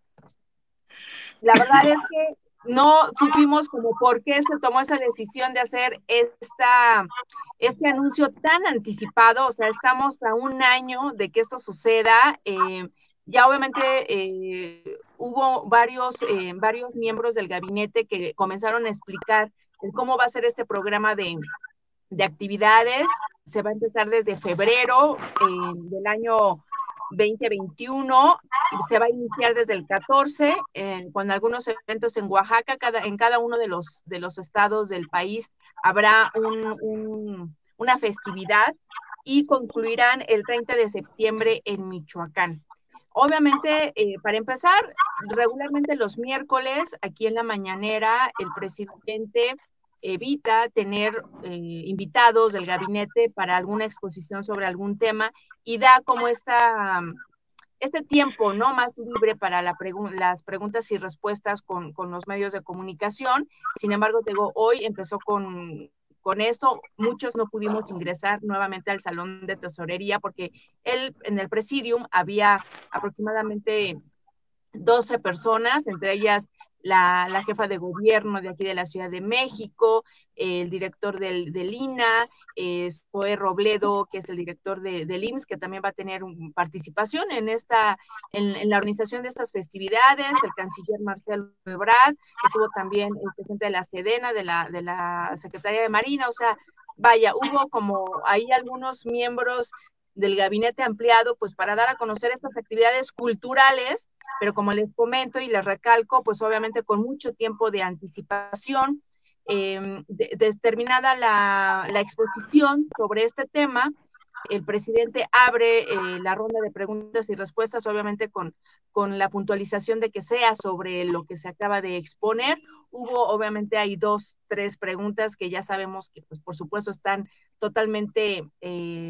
la verdad es que no supimos como por qué se tomó esa decisión de hacer esta, este anuncio tan anticipado, o sea, estamos a un año de que esto suceda. Eh, ya obviamente eh, hubo varios, eh, varios miembros del gabinete que comenzaron a explicar el cómo va a ser este programa de, de actividades. Se va a empezar desde febrero eh, del año veinte veintiuno, se va a iniciar desde el catorce, eh, con algunos eventos en Oaxaca. Cada, en cada uno de los, de los estados del país habrá un, un, una festividad y concluirán el treinta de septiembre en Michoacán. Obviamente, eh, para empezar, regularmente los miércoles, aquí en la mañanera, el presidente evita tener eh, invitados del gabinete para alguna exposición sobre algún tema y da como esta, este tiempo, ¿no?, más libre para la pregu- las preguntas y respuestas con, con los medios de comunicación. Sin embargo, digo, hoy empezó con, con esto, muchos no pudimos ingresar nuevamente al salón de tesorería porque él, en el presidium había aproximadamente doce personas, entre ellas la, la jefa de gobierno de aquí de la Ciudad de México, eh, el director del, del I N A, eh, Zoé Robledo, que es el director de, del I M S S, que también va a tener un, participación en, esta, en, en la organización de estas festividades, el canciller Marcelo Ebrard, estuvo también este, gente de la Sedena, de la, de la Secretaría de Marina, o sea, vaya, hubo como ahí algunos miembros del gabinete ampliado, pues para dar a conocer estas actividades culturales, pero como les comento y les recalco, pues obviamente con mucho tiempo de anticipación. Eh, de, determinada la, la exposición sobre este tema, el presidente abre eh, la ronda de preguntas y respuestas, obviamente con, con la puntualización de que sea sobre lo que se acaba de exponer. Hubo, obviamente, hay dos, tres preguntas que ya sabemos que, pues por supuesto, están totalmente... Eh,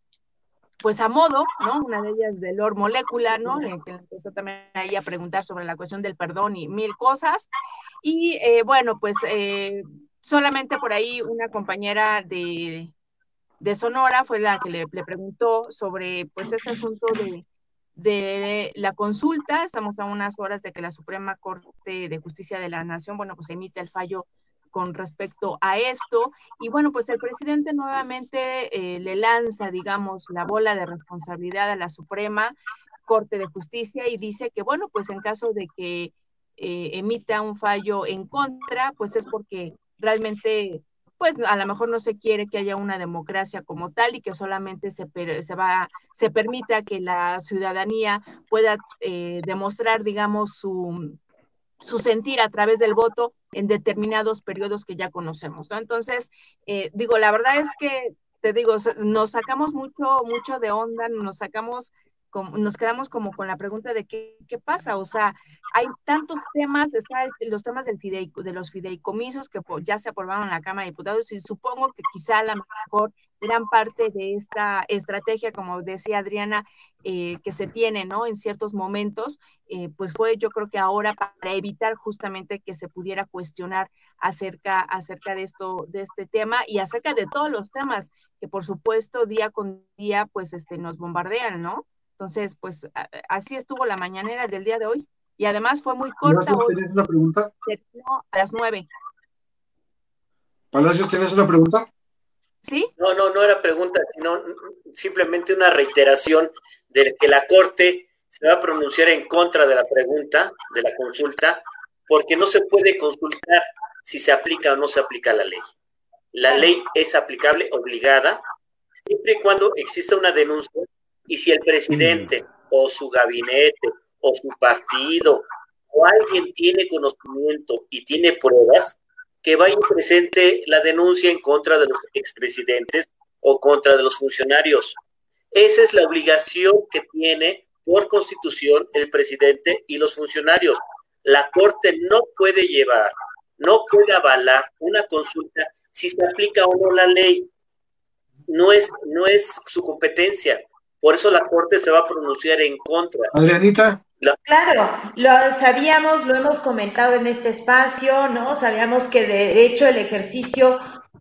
pues a modo, ¿no? Una de ellas de Lord Molécula, ¿no? Eh, que empezó también ahí a preguntar sobre la cuestión del perdón y mil cosas. Y eh, bueno, pues eh, solamente por ahí una compañera de, de Sonora fue la que le, le preguntó sobre pues este asunto de, de la consulta. Estamos a unas horas de que la Suprema Corte de Justicia de la Nación, bueno, pues emite el fallo con respecto a esto, y bueno, pues el presidente nuevamente eh, le lanza, digamos, la bola de responsabilidad a la Suprema Corte de Justicia y dice que, bueno, pues en caso de que eh, emita un fallo en contra, pues es porque realmente, pues a lo mejor no se quiere que haya una democracia como tal y que solamente se, per, se, va, se permita que la ciudadanía pueda eh, demostrar, digamos, su... su sentir a través del voto en determinados periodos que ya conocemos, ¿no? Entonces, eh, digo, la verdad es que, te digo, nos sacamos mucho, mucho de onda, nos sacamos, como, nos quedamos como con la pregunta de qué, qué pasa, o sea, hay tantos temas, están los temas del fidei, de los fideicomisos que ya se aprobaron en la Cámara de Diputados y supongo que quizá a lo mejor gran parte de esta estrategia, como decía Adriana, eh, que se tiene, ¿no? En ciertos momentos, eh, pues fue yo creo que ahora para evitar justamente que se pudiera cuestionar acerca, acerca de esto, de este tema y acerca de todos los temas que por supuesto día con día pues este, nos bombardean, ¿no? Entonces, pues a, así estuvo la mañanera del día de hoy y además fue muy corta. Palacios, ¿tienes una pregunta? Terminó a las nueve. Palacios, ¿tienes una pregunta? ¿Sí? No, no, no era pregunta, sino simplemente una reiteración de que la Corte se va a pronunciar en contra de la pregunta, de la consulta, porque no se puede consultar si se aplica o no se aplica la ley. La ley es aplicable, obligada, siempre y cuando exista una denuncia, y si el presidente o su gabinete o su partido o alguien tiene conocimiento y tiene pruebas, que vaya presente la denuncia en contra de los expresidentes o contra de los funcionarios. Esa es la obligación que tiene por constitución el presidente y los funcionarios. La Corte no puede llevar, no puede avalar una consulta si se aplica o no la ley. No es, no es su competencia. Por eso la Corte se va a pronunciar en contra. Adrianita. La... Claro, lo sabíamos, lo hemos comentado en este espacio, ¿no? Sabíamos que de hecho el ejercicio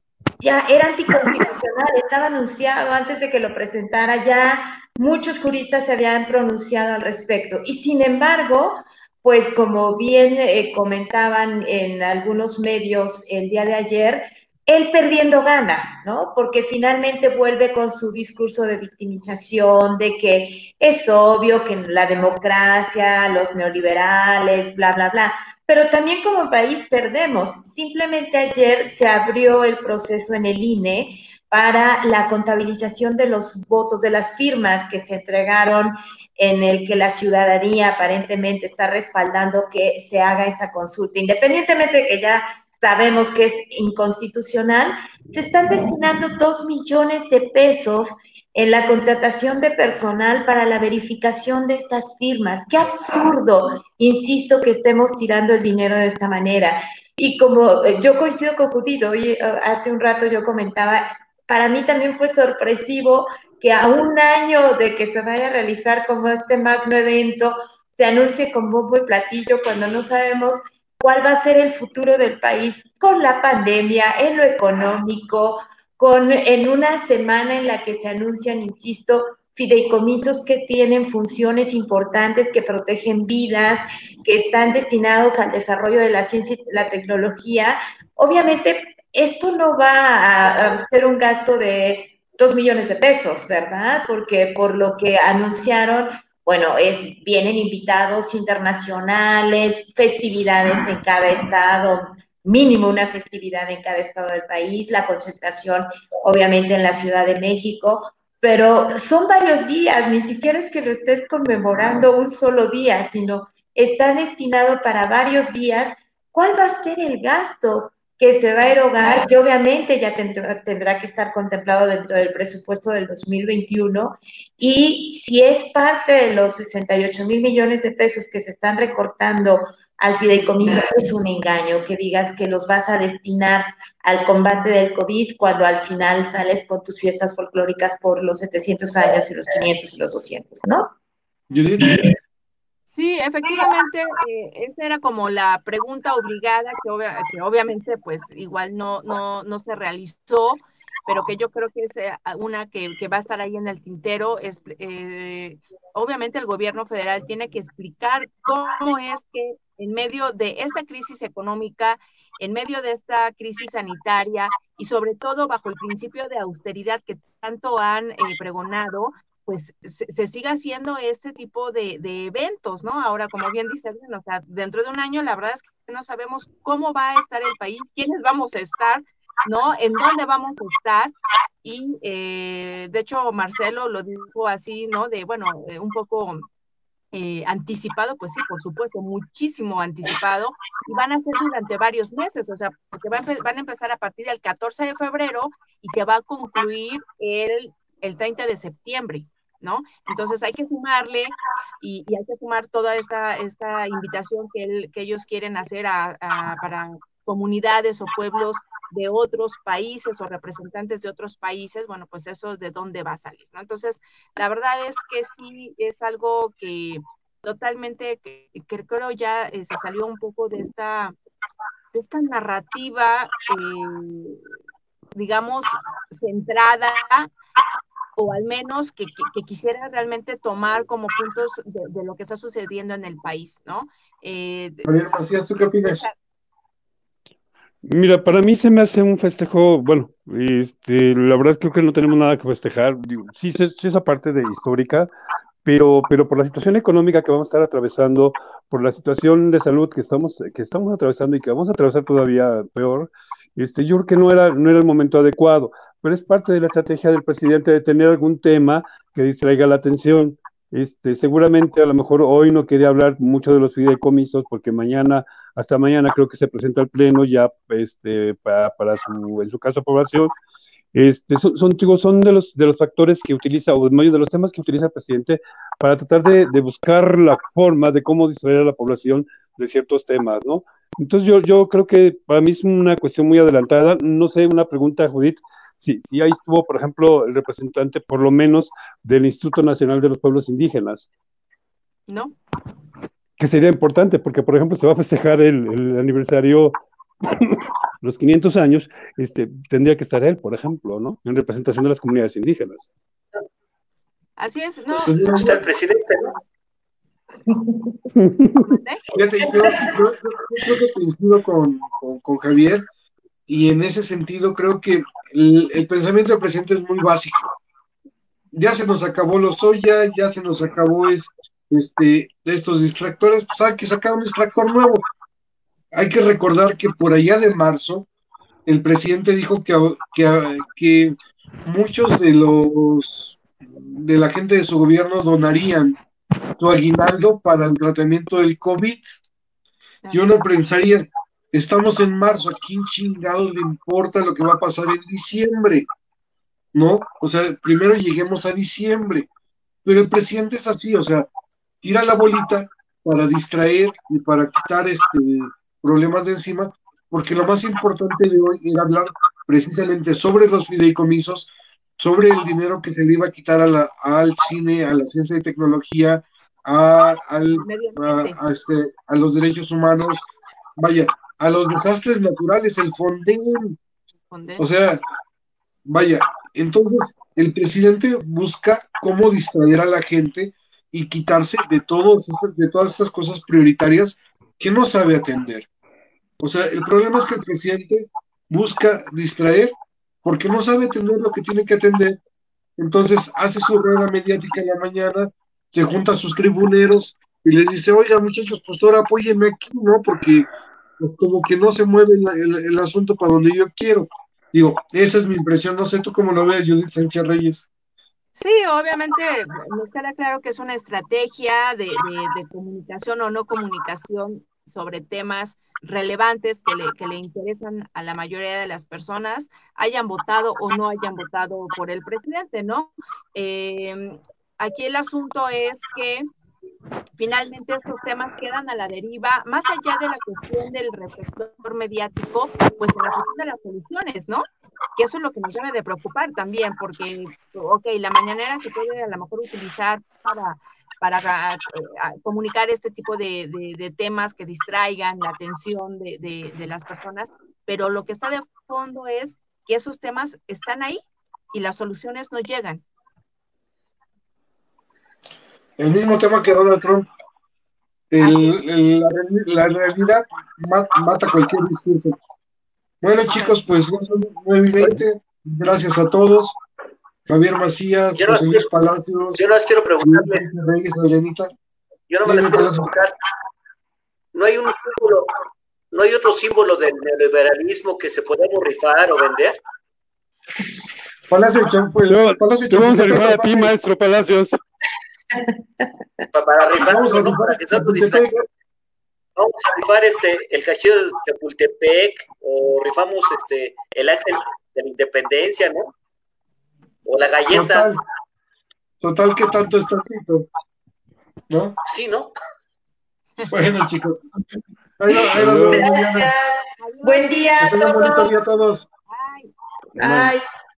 ya era anticonstitucional, estaba anunciado antes de que lo presentara, ya muchos juristas se habían pronunciado al respecto. Y sin embargo, pues como bien eh, comentaban en algunos medios el día de ayer, él perdiendo gana, ¿no? Porque finalmente vuelve con su discurso de victimización, de que es obvio que la democracia, los neoliberales, bla, bla, bla. Pero también como país perdemos. Simplemente ayer se abrió el proceso en el I N E para la contabilización de los votos, de las firmas que se entregaron, en el que la ciudadanía aparentemente está respaldando que se haga esa consulta, independientemente de que ya sabemos que es inconstitucional. Se están destinando dos millones de pesos en la contratación de personal para la verificación de estas firmas. ¡Qué absurdo! Insisto que estemos tirando el dinero de esta manera. Y como yo coincido con Judith, hoy hace un rato yo comentaba, para mí también fue sorpresivo que a un año de que se vaya a realizar como este magno evento, se anuncie con bombo y platillo cuando no sabemos cuál va a ser el futuro del país con la pandemia, en lo económico, con, en una semana en la que se anuncian, insisto, fideicomisos que tienen funciones importantes, que protegen vidas, que están destinados al desarrollo de la ciencia y la tecnología. Obviamente, esto no va a, a ser un gasto de dos millones de pesos, ¿verdad? Porque por lo que anunciaron, bueno, es, vienen invitados internacionales, festividades en cada estado, mínimo una festividad en cada estado del país, la concentración obviamente en la Ciudad de México, pero son varios días, ni siquiera es que lo estés conmemorando un solo día, sino está destinado para varios días. ¿Cuál va a ser el gasto que se va a erogar? Y obviamente ya tendrá, tendrá que estar contemplado dentro del presupuesto del dos mil veintiuno, y si es parte de los sesenta y ocho mil millones de pesos que se están recortando al fideicomiso, es un engaño que digas que los vas a destinar al combate del COVID cuando al final sales con tus fiestas folclóricas por los setecientos años y los quinientos y los doscientos, ¿no? Sí, efectivamente, eh, esa era como la pregunta obligada que, obvia, que obviamente pues igual no, no, no se realizó, pero que yo creo que es una que, que va a estar ahí en el tintero. Es, eh, obviamente el gobierno federal tiene que explicar cómo es que en medio de esta crisis económica, en medio de esta crisis sanitaria y sobre todo bajo el principio de austeridad que tanto han eh, pregonado, pues se, se siga haciendo este tipo de, de eventos, ¿no? Ahora, como bien dice, bueno, o sea, dentro de un año la verdad es que no sabemos cómo va a estar el país, quiénes vamos a estar, ¿no? En dónde vamos a estar. Y eh, de hecho Marcelo lo dijo así, ¿no? De, bueno, eh, un poco eh, anticipado, pues sí, por supuesto, muchísimo anticipado, y van a ser durante varios meses, o sea, porque van, van a empezar a partir del catorce de febrero y se va a concluir el, el treinta de septiembre, ¿no? Entonces hay que sumarle y, y hay que sumar toda esta, esta invitación que, él, que ellos quieren hacer a, a, para comunidades o pueblos de otros países o representantes de otros países. Bueno, pues eso de dónde va a salir, ¿no? Entonces, la verdad es que sí es algo que totalmente, que, que creo ya eh, se salió un poco de esta, de esta narrativa, eh, digamos, centrada, o al menos que, que, que quisiera realmente tomar como puntos de, de lo que está sucediendo en el país, ¿no? Eh, Javier Macías, ¿tú qué opinas? Mira, para mí se me hace un festejo, bueno, este, la verdad es que creo que no tenemos nada que festejar. Digo, sí, sí, sí, esa parte de histórica, pero, pero por la situación económica que vamos a estar atravesando, por la situación de salud que estamos, que estamos atravesando y que vamos a atravesar todavía peor, este, yo creo que no era, no era el momento adecuado, pero es parte de la estrategia del presidente de tener algún tema que distraiga la atención. Este, seguramente a lo mejor hoy no quería hablar mucho de los fideicomisos, porque mañana, hasta mañana creo que se presenta al pleno ya este, para, para su, en su caso, aprobación. Este, son, son, digo, son de los de los factores que utiliza, o de los temas que utiliza el presidente para tratar de, de buscar la forma de cómo distraer a la población de ciertos temas, ¿no? Entonces yo, yo creo que para mí es una cuestión muy adelantada. No sé, una pregunta, Judith, sí, sí ahí estuvo, por ejemplo, el representante, por lo menos, del Instituto Nacional de los Pueblos Indígenas. ¿No? Que sería importante, porque, por ejemplo, se va a festejar el, el aniversario, los quinientos años, este, tendría que estar él, por ejemplo, ¿no? En representación de las comunidades indígenas. Así es, no. Pues no está el presidente, ¿no? Fíjate, yo, yo, yo, yo creo que coincido con, con, con Javier, y en ese sentido creo que el, el pensamiento del presidente es muy básico. Ya se nos acabó los soya, ya se nos acabó es, este, estos distractores, pues hay que sacar un distractor nuevo. Hay que recordar que por allá de marzo, el presidente dijo que, que, que muchos de los de la gente de su gobierno donarían su aguinaldo para el tratamiento del COVID. Y uno pensaría, estamos en marzo, ¿a quién chingados le importa lo que va a pasar en diciembre? ¿No? O sea, primero lleguemos a diciembre. Pero el presidente es así, o sea, tira la bolita para distraer y para quitar este problemas de encima, porque lo más importante de hoy era hablar precisamente sobre los fideicomisos, sobre el dinero que se le iba a quitar a la, al cine, a la ciencia y tecnología, a, al, a, a, este, a los derechos humanos, vaya, a los desastres naturales, el Fonden. O sea, vaya, entonces el presidente busca cómo distraer a la gente y quitarse de, todos, de todas estas cosas prioritarias que no sabe atender. O sea, el problema es que el presidente busca distraer porque no sabe atender lo que tiene que atender. Entonces hace su rueda mediática en la mañana, se junta a sus tribuneros y les dice, oiga muchachos, pues ahora apóyenme aquí, ¿no? Porque pues, como que no se mueve el, el, el asunto para donde yo quiero. Digo, esa es mi impresión, no sé tú cómo lo ves, Judith Sánchez Reyes. Sí, obviamente nos queda claro que es una estrategia de, de, de comunicación o no comunicación sobre temas relevantes que le, que le interesan a la mayoría de las personas, hayan votado o no hayan votado por el presidente, ¿no? Eh, aquí el asunto es que finalmente estos temas quedan a la deriva, más allá de la cuestión del reflector mediático, pues en la cuestión de las soluciones, ¿no? Que eso es lo que nos debe de preocupar también, porque, ok, la mañanera se puede a lo mejor utilizar para, para uh, comunicar este tipo de, de, de temas que distraigan la atención de, de, de las personas, pero lo que está de fondo es que esos temas están ahí y las soluciones no llegan. El mismo tema que Donald Trump. El, el, la, la realidad mata, mata cualquier discurso. Bueno, chicos, pues ya son nueve y veinte. Gracias a todos. Javier Macías, yo no José Luis Palacios. Yo no les quiero preguntarles. Reyes, Adrianita. Yo no me les quiero preguntar. No hay un símbolo, no hay otro símbolo del neoliberalismo que se podamos rifar o vender. Palacios, pues, Palacios, te vamos a rifar a ti, maestro Palacios. Para, para rifar, vamos a, ¿no? Para que vamos a rifar este, el castillo de Chapultepec, o rifamos este, el ángel de la independencia, ¿no? O la galleta. Total, total que tanto está escrito, ¿no? Sí, ¿no? Bueno, chicos. Ahí nos, ahí nos vemos mañana. Buen día a todos. Buen día a todos. Bye. Bye.